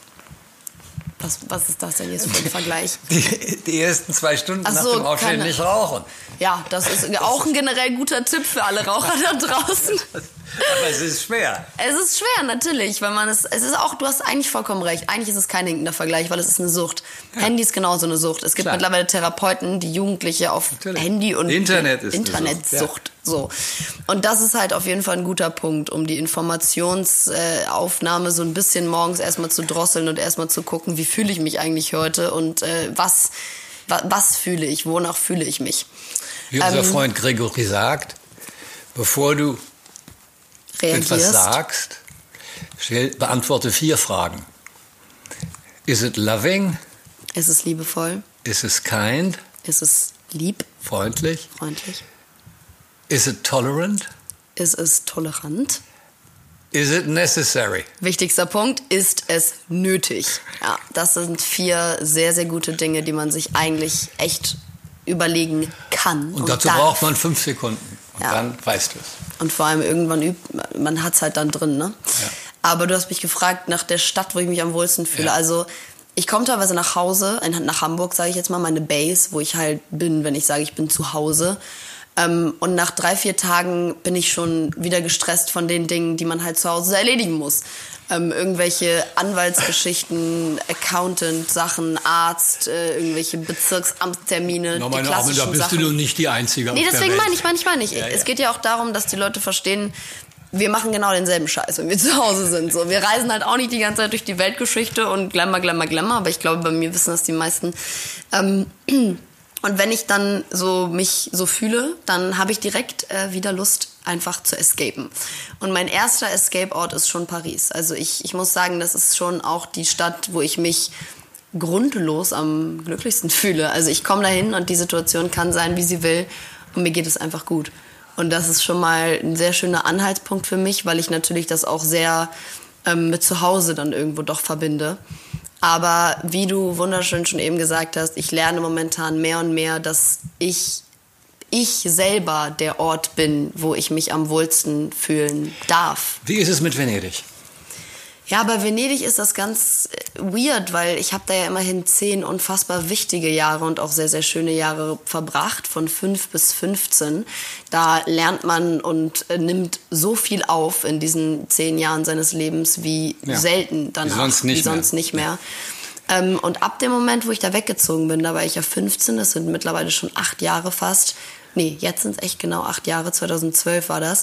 Speaker 3: Was ist das denn jetzt für ein Vergleich?
Speaker 2: Die ersten 2 Stunden nach dem Aufstehen nicht rauchen.
Speaker 3: Ja, das ist auch ein generell guter Tipp für alle Raucher da draußen.
Speaker 2: Aber es ist schwer.
Speaker 3: Es ist schwer, natürlich, weil es ist auch, du hast eigentlich vollkommen recht. Eigentlich ist es kein hinkender Vergleich, weil es ist eine Sucht. Ja. Handy ist genauso eine Sucht. Es gibt mittlerweile Therapeuten, die Jugendliche auf Handy und Internetsucht. So. Und das ist halt auf jeden Fall ein guter Punkt, um die Informationsaufnahme so ein bisschen morgens erstmal zu drosseln und erstmal zu gucken, wie fühle ich mich eigentlich heute und was fühle ich, wonach fühle ich mich.
Speaker 2: Wie unser Freund Gregory sagt, bevor du etwas sagst, beantworte 4 Fragen. Is it loving?
Speaker 3: Ist es liebevoll?
Speaker 2: Is it kind?
Speaker 3: Ist es lieb?
Speaker 2: Freundlich?
Speaker 3: Freundlich.
Speaker 2: Is it tolerant?
Speaker 3: Ist es tolerant?
Speaker 2: Is it necessary?
Speaker 3: Wichtigster Punkt, ist es nötig? Ja, das sind 4 sehr, sehr gute Dinge, die man sich eigentlich echt überlegen kann.
Speaker 2: Und dazu braucht man 5 Sekunden. Und dann weißt du es.
Speaker 3: Und vor allem irgendwann man hat es halt dann drin, ne? Ja. Aber du hast mich gefragt nach der Stadt, wo ich mich am wohlsten fühle. Ja. Also ich komme teilweise nach Hause, nach Hamburg, sage ich jetzt mal, meine Base, wo ich halt bin, wenn ich sage, ich bin zu Hause. Und nach 3-4 Tagen bin ich schon wieder gestresst von den Dingen, die man halt zu Hause erledigen muss. Irgendwelche Anwaltsgeschichten, Accountant-Sachen, Arzt, irgendwelche Bezirksamtstermine, die klassischen
Speaker 2: da bist
Speaker 3: Sachen.
Speaker 2: Du nicht die Einzige.
Speaker 3: Nee, deswegen meine ich.
Speaker 2: Ja,
Speaker 3: es geht ja auch darum, dass die Leute verstehen, wir machen genau denselben Scheiß, wenn wir zu Hause sind. So, wir reisen halt auch nicht die ganze Zeit durch die Weltgeschichte und Glamour, aber ich glaube, bei mir wissen das die meisten. Und wenn ich dann so mich so fühle, dann habe ich direkt wieder Lust, einfach zu escapen. Und mein erster Escape-Ort ist schon Paris. Also ich muss sagen, das ist schon auch die Stadt, wo ich mich grundlos am glücklichsten fühle. Also ich komme dahin und die Situation kann sein, wie sie will und mir geht es einfach gut. Und das ist schon mal ein sehr schöner Anhaltspunkt für mich, weil ich natürlich das auch sehr mit zu Hause dann irgendwo doch verbinde. Aber wie du wunderschön schon eben gesagt hast, ich lerne momentan mehr und mehr, dass ich selber der Ort bin, wo ich mich am wohlsten fühlen darf.
Speaker 2: Wie ist es mit Venedig?
Speaker 3: Ja, bei Venedig ist das ganz weird, weil ich habe da ja immerhin 10 unfassbar wichtige Jahre und auch sehr, sehr schöne Jahre verbracht, von 5 bis 15. Da lernt man und nimmt so viel auf in diesen 10 Jahren seines Lebens wie selten danach, wie sonst nicht mehr. Und ab dem Moment, wo ich da weggezogen bin, da war ich ja 15, das sind mittlerweile schon 8 Jahre fast. Nee, jetzt sind es echt genau 8 Jahre, 2012 war das.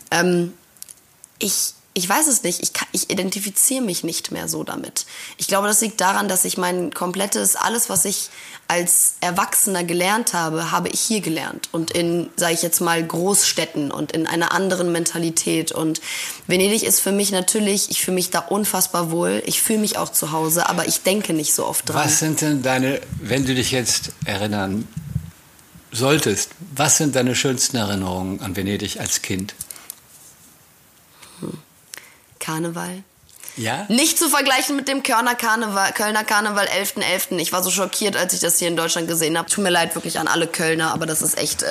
Speaker 3: Ich weiß es nicht, ich identifiziere mich nicht mehr so damit. Ich glaube, das liegt daran, dass ich alles, was ich als Erwachsener gelernt habe, habe ich hier gelernt. Und in, sage ich jetzt mal, Großstädten und in einer anderen Mentalität. Und Venedig ist für mich natürlich, ich fühle mich da unfassbar wohl. Ich fühle mich auch zu Hause, aber ich denke nicht so oft dran.
Speaker 2: Was sind denn wenn du dich jetzt erinnern solltest, was sind deine schönsten Erinnerungen an Venedig als Kind?
Speaker 3: Karneval.
Speaker 2: Ja?
Speaker 3: Nicht zu vergleichen mit dem Kölner Karneval 11.11. Ich war so schockiert, als ich das hier in Deutschland gesehen habe. Tut mir leid wirklich an alle Kölner, aber das ist echt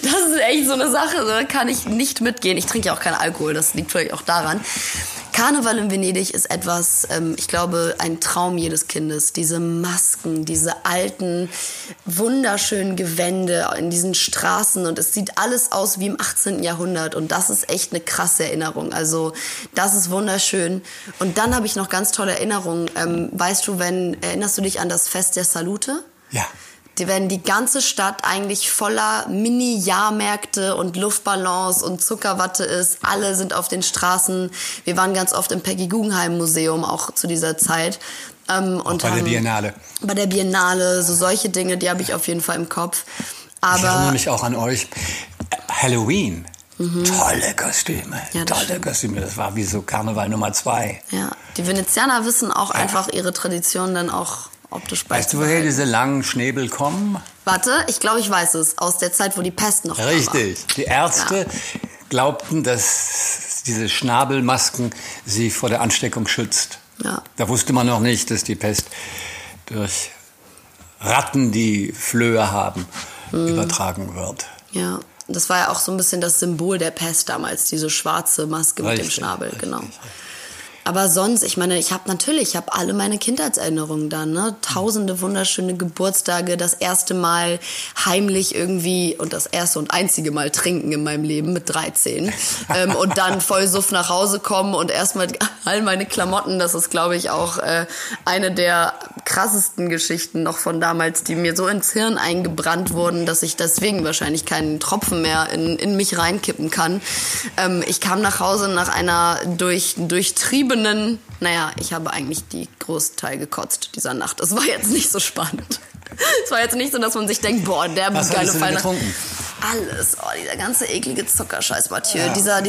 Speaker 3: so eine Sache. Da kann ich nicht mitgehen. Ich trinke ja auch keinen Alkohol, das liegt vielleicht auch daran. Karneval in Venedig ist etwas, ich glaube, ein Traum jedes Kindes. Diese Masken, diese alten, wunderschönen Gewände in diesen Straßen und es sieht alles aus wie im 18. Jahrhundert und das ist echt eine krasse Erinnerung. Also das ist wunderschön. Und dann habe ich noch ganz tolle Erinnerungen. Erinnerst du dich an das Fest der Salute?
Speaker 2: Ja.
Speaker 3: Wenn die ganze Stadt eigentlich voller Mini-Jahrmärkte und Luftballons und Zuckerwatte ist. Alle sind auf den Straßen. Wir waren ganz oft im Peggy-Guggenheim-Museum auch zu dieser Zeit.
Speaker 2: Und bei der Biennale.
Speaker 3: Bei der Biennale, so solche Dinge, die habe ich auf jeden Fall im Kopf. Aber
Speaker 2: ich erinnere mich auch an euch. Halloween. Tolle Kostüme,
Speaker 3: ja,
Speaker 2: Kostüme. Das war wie so Karneval Nummer 2.
Speaker 3: Ja, die Venezianer wissen auch einfach ihre Tradition dann auch optisch beizubehalten.
Speaker 2: Weißt du, woher diese langen Schnäbel kommen?
Speaker 3: Warte, ich glaube, ich weiß es. Aus der Zeit, wo die Pest noch war.
Speaker 2: Richtig. Die Ärzte glaubten, dass diese Schnabelmasken sie vor der Ansteckung schützt.
Speaker 3: Ja.
Speaker 2: Da wusste man noch nicht, dass die Pest durch Ratten, die Flöhe haben, übertragen wird.
Speaker 3: Ja. Das war ja auch so ein bisschen das Symbol der Pest damals, diese schwarze Maske mit dem Schnabel, genau. Aber sonst, ich meine, ich habe alle meine Kindheitserinnerungen da, ne? Tausende wunderschöne Geburtstage, das erste Mal heimlich irgendwie und das erste und einzige Mal trinken in meinem Leben mit 13 und dann voll Suff nach Hause kommen und erstmal all meine Klamotten, das ist, glaube ich, auch eine der krassesten Geschichten noch von damals, die mir so ins Hirn eingebrannt wurden, dass ich deswegen wahrscheinlich keinen Tropfen mehr in mich reinkippen kann. Ich kam nach Hause nach einer durchtriebenen, ich habe eigentlich die Großteil gekotzt dieser Nacht. Das war jetzt nicht so spannend. Es war jetzt nicht so, dass man sich denkt, boah, der geile Feiner. alles. Oh, dieser ganze eklige Zuckerscheiß, Mathieu.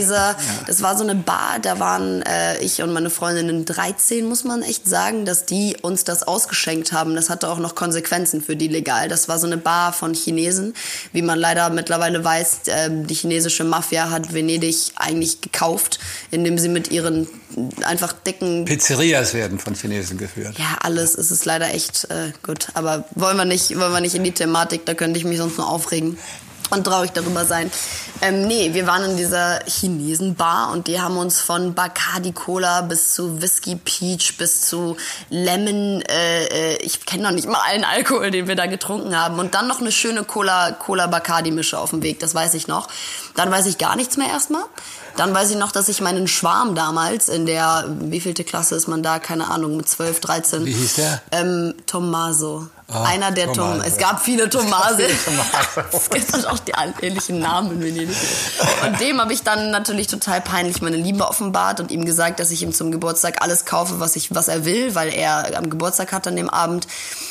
Speaker 3: Das war so eine Bar, da waren ich und meine Freundinnen 13, muss man echt sagen, dass die uns das ausgeschenkt haben. Das hatte auch noch Konsequenzen für die legal. Das war so eine Bar von Chinesen. Wie man leider mittlerweile weiß, die chinesische Mafia hat Venedig eigentlich gekauft, indem sie mit ihren einfach dicken...
Speaker 2: Pizzerias werden von Chinesen geführt.
Speaker 3: Ja, alles. Es ist leider echt gut. Aber wollen wir nicht in die Thematik, da könnte ich mich sonst nur aufregen und traurig darüber sein. Nee, wir waren in dieser Chinesen-Bar und die haben uns von Bacardi Cola bis zu Whisky Peach bis zu Lemon, ich kenne noch nicht mal allen Alkohol, den wir da getrunken haben. Und dann noch eine schöne Cola-Bacardi-Mische auf dem Weg, das weiß ich noch. Dann weiß ich gar nichts mehr erstmal. Dann weiß ich noch, dass ich meinen Schwarm damals in der, wievielte Klasse ist man da? Keine Ahnung, mit 12, 13.
Speaker 2: Wie hieß der?
Speaker 3: Tommaso. Einer der Tommaso. Es gab viele Tommase. Es gibt auch die ähnlichen Namen in Venedig. Und dem habe ich dann natürlich total peinlich meine Liebe offenbart und ihm gesagt, dass ich ihm zum Geburtstag alles kaufe, was er will, weil er am Geburtstag hat an dem Abend.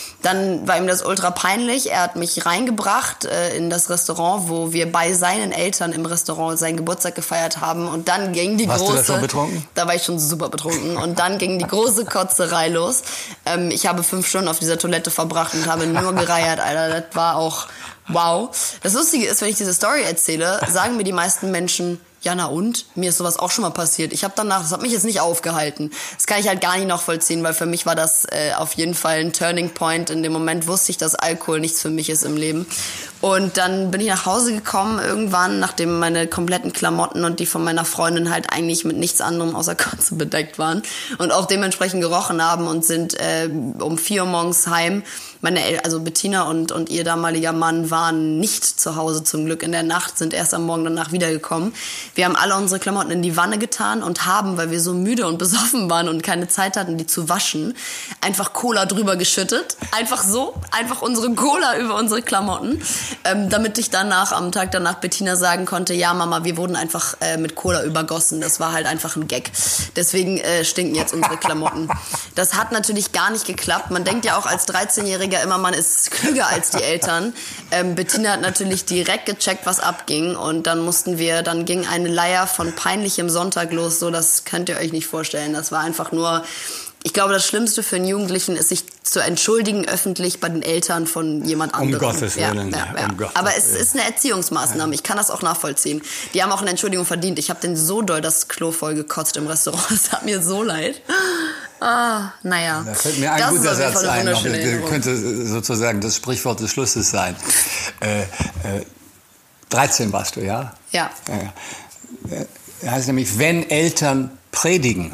Speaker 3: Dann war ihm das ultra peinlich. Er hat mich reingebracht in das Restaurant, wo wir bei seinen Eltern im Restaurant seinen Geburtstag gefeiert haben. Und dann ging die große...
Speaker 2: Warst du da schon betrunken?
Speaker 3: Da war ich schon super betrunken. Und dann ging die große Kotzerei los. Ich habe 5 Stunden auf dieser Toilette verbracht und habe nur gereiert, Alter. Das war auch... Wow. Das Lustige ist, wenn ich diese Story erzähle, sagen mir die meisten Menschen... Ja, na und? Mir ist sowas auch schon mal passiert. Das hat mich jetzt nicht aufgehalten. Das kann ich halt gar nicht nachvollziehen, weil für mich war das auf jeden Fall ein Turning Point. In dem Moment wusste ich, dass Alkohol nichts für mich ist im Leben. Und dann bin ich nach Hause gekommen irgendwann, nachdem meine kompletten Klamotten und die von meiner Freundin halt eigentlich mit nichts anderem außer Kotze bedeckt waren und auch dementsprechend gerochen haben und sind um 4 Uhr morgens heim. Also Bettina und ihr damaliger Mann waren nicht zu Hause zum Glück in der Nacht, sind erst am Morgen danach wiedergekommen. Wir haben alle unsere Klamotten in die Wanne getan und haben, weil wir so müde und besoffen waren und keine Zeit hatten, die zu waschen, einfach Cola drüber geschüttet. Einfach unsere Cola über unsere Klamotten, damit ich am Tag danach Bettina sagen konnte, ja Mama, wir wurden einfach mit Cola übergossen. Das war halt einfach ein Gag. Deswegen stinken jetzt unsere Klamotten. Das hat natürlich gar nicht geklappt. Man denkt ja auch als 13-Jähriger immer, man ist klüger als die Eltern. Bettina hat natürlich direkt gecheckt, was abging und dann ging eine Leier von peinlichem Sonntag los, so das könnt ihr euch nicht vorstellen. Das war einfach nur, ich glaube, das Schlimmste für einen Jugendlichen ist, sich zu entschuldigen öffentlich bei den Eltern von jemand anderem.
Speaker 2: Um Gottes Willen.
Speaker 3: Ja. Aber es ist eine Erziehungsmaßnahme, ich kann das auch nachvollziehen. Die haben auch eine Entschuldigung verdient. Ich habe denen so doll das Klo voll gekotzt im Restaurant, es hat mir so leid. Naja.
Speaker 2: Da fällt mir ein guter Satz ein, könnte sozusagen das Sprichwort des Schlusses sein. 13 warst du, ja?
Speaker 3: Ja.
Speaker 2: Das heißt nämlich, wenn Eltern predigen,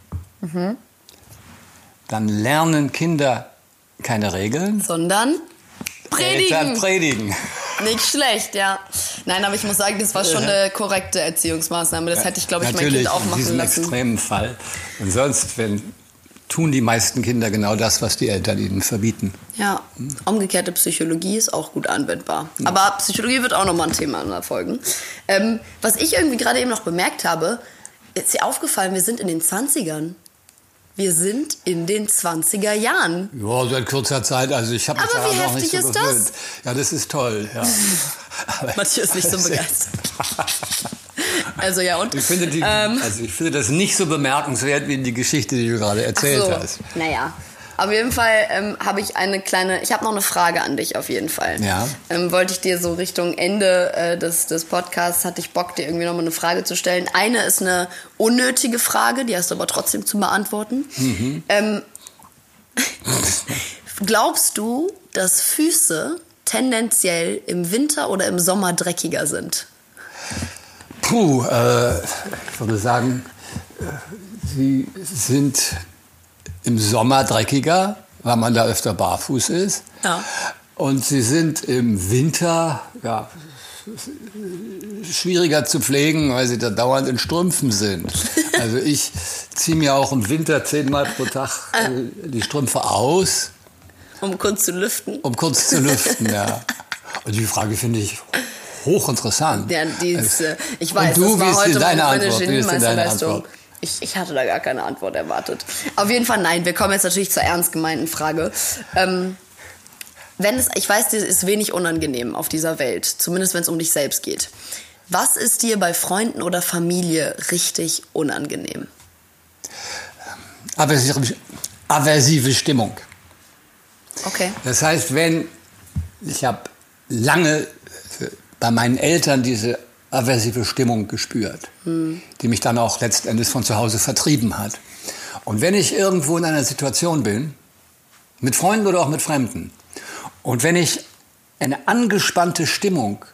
Speaker 2: dann lernen Kinder keine Regeln,
Speaker 3: sondern predigen.
Speaker 2: Eltern predigen.
Speaker 3: Nicht schlecht, ja. Nein, aber ich muss sagen, das war schon eine korrekte Erziehungsmaßnahme. Das hätte ich, glaube ich, mein Kind auch machen lassen.
Speaker 2: In diesem extremen Fall. Und sonst, tun die meisten Kinder genau das, was die Eltern ihnen verbieten.
Speaker 3: Ja, umgekehrte Psychologie ist auch gut anwendbar. Ja. Aber Psychologie wird auch nochmal ein Thema in der Folge. Was ich irgendwie gerade eben noch bemerkt habe, ist dir aufgefallen, wir sind in den 20ern. Wir sind in den 20er Jahren.
Speaker 2: Ja, seit kurzer Zeit. Also ich habe mich daran noch nicht so gewöhnt. Aber wie heftig ist das? Ja, das ist toll. Ja.
Speaker 3: Matthieu ist nicht so begeistert. Also ja und?
Speaker 2: Ich finde das nicht so bemerkenswert wie die Geschichte, die du gerade erzählt hast.
Speaker 3: Naja. Auf jeden Fall habe ich ich habe noch eine Frage an dich auf jeden Fall.
Speaker 2: Ja.
Speaker 3: Wollte ich dir so Richtung Ende des Podcasts, hatte ich Bock, dir irgendwie noch mal eine Frage zu stellen. Eine ist eine unnötige Frage, die hast du aber trotzdem zu beantworten. Glaubst du, dass Füße tendenziell im Winter oder im Sommer dreckiger sind?
Speaker 2: Ich würde sagen, sie sind im Sommer dreckiger, weil man da öfter barfuß ist.
Speaker 3: Ja.
Speaker 2: Und sie sind im Winter schwieriger zu pflegen, weil sie da dauernd in Strümpfen sind. Also ich ziehe mir auch im Winter 10-mal pro Tag die Strümpfe aus.
Speaker 3: Um kurz zu lüften?
Speaker 2: Um kurz zu lüften, ja. Und die Frage finde ich hochinteressant.
Speaker 3: Ja, ich weiß,
Speaker 2: und du,
Speaker 3: das war heute meine
Speaker 2: Geniemeisterleistung.
Speaker 3: Ich hatte da gar keine Antwort erwartet. Auf jeden Fall nein, wir kommen jetzt natürlich zur ernst gemeinten Frage. Ich weiß, dir ist wenig unangenehm auf dieser Welt, zumindest wenn es um dich selbst geht. Was ist dir bei Freunden oder Familie richtig unangenehm?
Speaker 2: Aversive Stimmung.
Speaker 3: Okay.
Speaker 2: Das heißt, ich habe lange bei meinen Eltern diese aversive Stimmung gespürt, die mich dann auch letztendlich von zu Hause vertrieben hat. Und wenn ich irgendwo in einer Situation bin, mit Freunden oder auch mit Fremden, und wenn ich eine angespannte Stimmung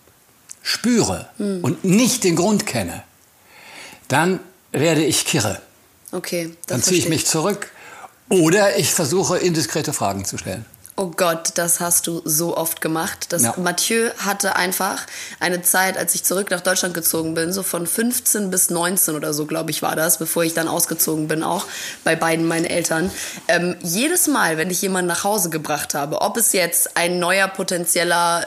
Speaker 2: spüre und nicht den Grund kenne, dann werde ich kirre.
Speaker 3: Okay,
Speaker 2: dann ziehe ich mich zurück oder ich versuche, indiskrete Fragen zu stellen.
Speaker 3: Oh Gott, das hast du so oft gemacht. Mathieu hatte einfach eine Zeit, als ich zurück nach Deutschland gezogen bin, so von 15 bis 19 oder so, glaube ich, war das, bevor ich dann ausgezogen bin, auch bei beiden meinen Eltern. Jedes Mal, wenn ich jemanden nach Hause gebracht habe, ob es jetzt eine neue potenzielle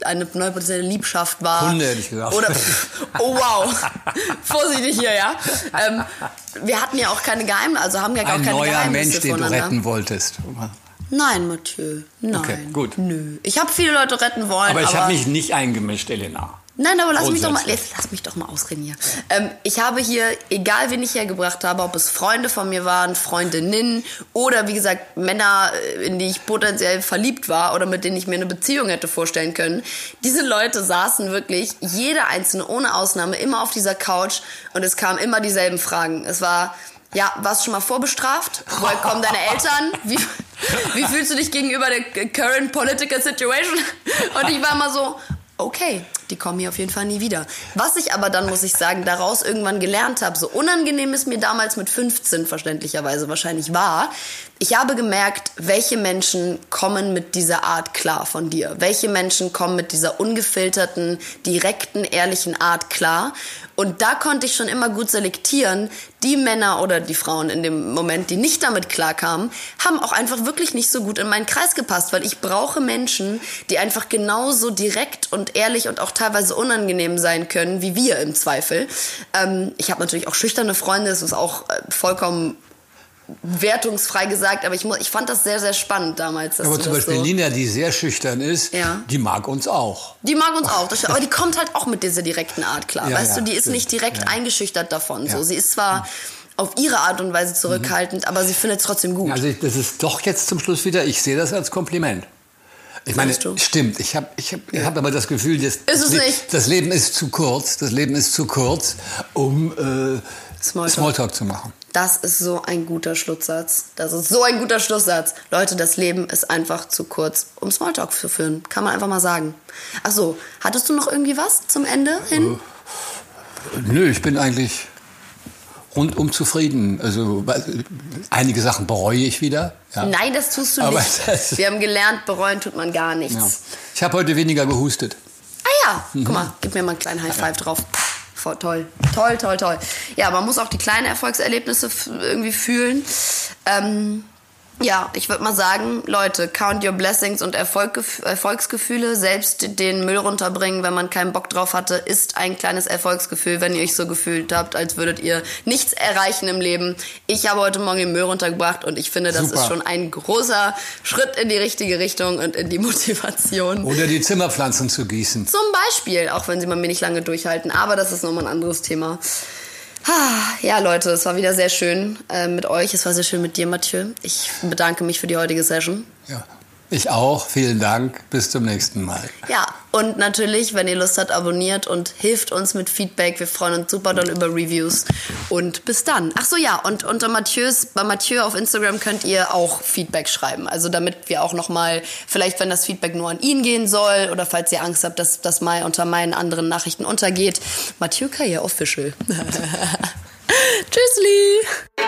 Speaker 3: Liebschaft war.
Speaker 2: Kunde, hätte ich gesagt.
Speaker 3: Oder, oh wow, vorsichtig hier, ja. Wir hatten ja auch keine Geheimnisse, also haben ja gar keine Geheimnisse
Speaker 2: voneinander. Ein neuer Mensch, den du retten wolltest.
Speaker 3: Nein, Mathieu, nein.
Speaker 2: Okay, gut.
Speaker 3: Nö. Ich habe viele Leute retten wollen,
Speaker 2: aber ich habe mich nicht eingemischt, Elena.
Speaker 3: Nein, aber lass mich doch mal ausreden hier. Ich habe hier, egal wen ich hergebracht habe, ob es Freunde von mir waren, Freundinnen oder wie gesagt Männer, in die ich potenziell verliebt war oder mit denen ich mir eine Beziehung hätte vorstellen können. Diese Leute saßen wirklich, jeder einzelne, ohne Ausnahme, immer auf dieser Couch und es kamen immer dieselben Fragen. Es war... Ja, warst du schon mal vorbestraft? Woher kommen deine Eltern? Wie fühlst du dich gegenüber der current political situation? Und ich war immer so, okay, die kommen hier auf jeden Fall nie wieder. Was ich aber dann, muss ich sagen, daraus irgendwann gelernt habe, so unangenehm es mir damals mit 15 verständlicherweise wahrscheinlich war, ich habe gemerkt, welche Menschen kommen mit dieser Art klar von dir. Welche Menschen kommen mit dieser ungefilterten, direkten, ehrlichen Art klar. Und da konnte ich schon immer gut selektieren, die Männer oder die Frauen in dem Moment, die nicht damit klarkamen, haben auch einfach wirklich nicht so gut in meinen Kreis gepasst, weil ich brauche Menschen, die einfach genauso direkt und ehrlich und auch teilweise unangenehm sein können, wie wir im Zweifel. Ich habe natürlich auch schüchterne Freunde, das ist auch vollkommen wertungsfrei gesagt, aber ich fand das sehr, sehr spannend damals.
Speaker 2: Aber zum Beispiel so Nina, die sehr schüchtern ist,
Speaker 3: ja,
Speaker 2: die mag uns auch.
Speaker 3: Die mag uns auch, aber die kommt halt auch mit dieser direkten Art klar, ja, weißt du, die ist nicht direkt eingeschüchtert davon. Ja. So. Sie ist zwar auf ihre Art und Weise zurückhaltend, aber sie findet es trotzdem gut.
Speaker 2: Also das ist doch jetzt zum Schluss wieder, ich sehe das als Kompliment. Ich meine, stimmt, ich hab aber das Gefühl, das Leben ist zu kurz, um Smalltalk zu machen.
Speaker 3: Das ist so ein guter Schlusssatz. Leute, das Leben ist einfach zu kurz, um Smalltalk zu führen. Kann man einfach mal sagen. Ach so, hattest du noch irgendwie was zum Ende hin?
Speaker 2: Nö, ich bin eigentlich rundum zufrieden. Also einige Sachen bereue ich wieder. Ja.
Speaker 3: Nein, das tust du nicht. Wir haben gelernt, bereuen tut man gar nichts.
Speaker 2: Ja. Ich habe heute weniger gehustet.
Speaker 3: Ah ja, guck mal, gib mir mal einen kleinen High Five drauf. Voll toll. Toll. Ja, man muss auch die kleinen Erfolgserlebnisse irgendwie fühlen. Ja, ich würde mal sagen, Leute, count your blessings und Erfolgsgefühle. Selbst den Müll runterbringen, wenn man keinen Bock drauf hatte, ist ein kleines Erfolgsgefühl, wenn ihr euch so gefühlt habt, als würdet ihr nichts erreichen im Leben. Ich habe heute Morgen den Müll runtergebracht und ich finde, das ist schon ein großer Schritt in die richtige Richtung und in die Motivation.
Speaker 2: Oder die Zimmerpflanzen zu gießen.
Speaker 3: Zum Beispiel, auch wenn sie bei mir nicht lange durchhalten. Aber das ist nochmal ein anderes Thema. Ja, Leute, es war wieder sehr schön mit euch. Es war sehr schön mit dir, Mathieu. Ich bedanke mich für die heutige Session.
Speaker 2: Ja, ich auch. Vielen Dank. Bis zum nächsten Mal. Ja,
Speaker 3: und natürlich, wenn ihr Lust habt, abonniert und hilft uns mit Feedback. Wir freuen uns super doll über Reviews. Und bis dann. Ach so, ja, und bei Mathieu auf Instagram könnt ihr auch Feedback schreiben. Also damit wir auch nochmal, vielleicht wenn das Feedback nur an ihn gehen soll oder falls ihr Angst habt, dass das mal unter meinen anderen Nachrichten untergeht. Mathieu Kaye Official. Tschüssli!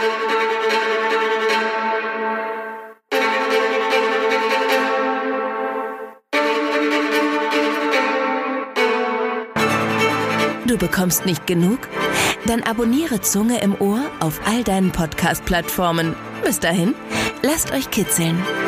Speaker 1: Du bekommst nicht genug? Dann abonniere Zunge im Ohr auf all deinen Podcast-Plattformen. Bis dahin, lasst euch kitzeln.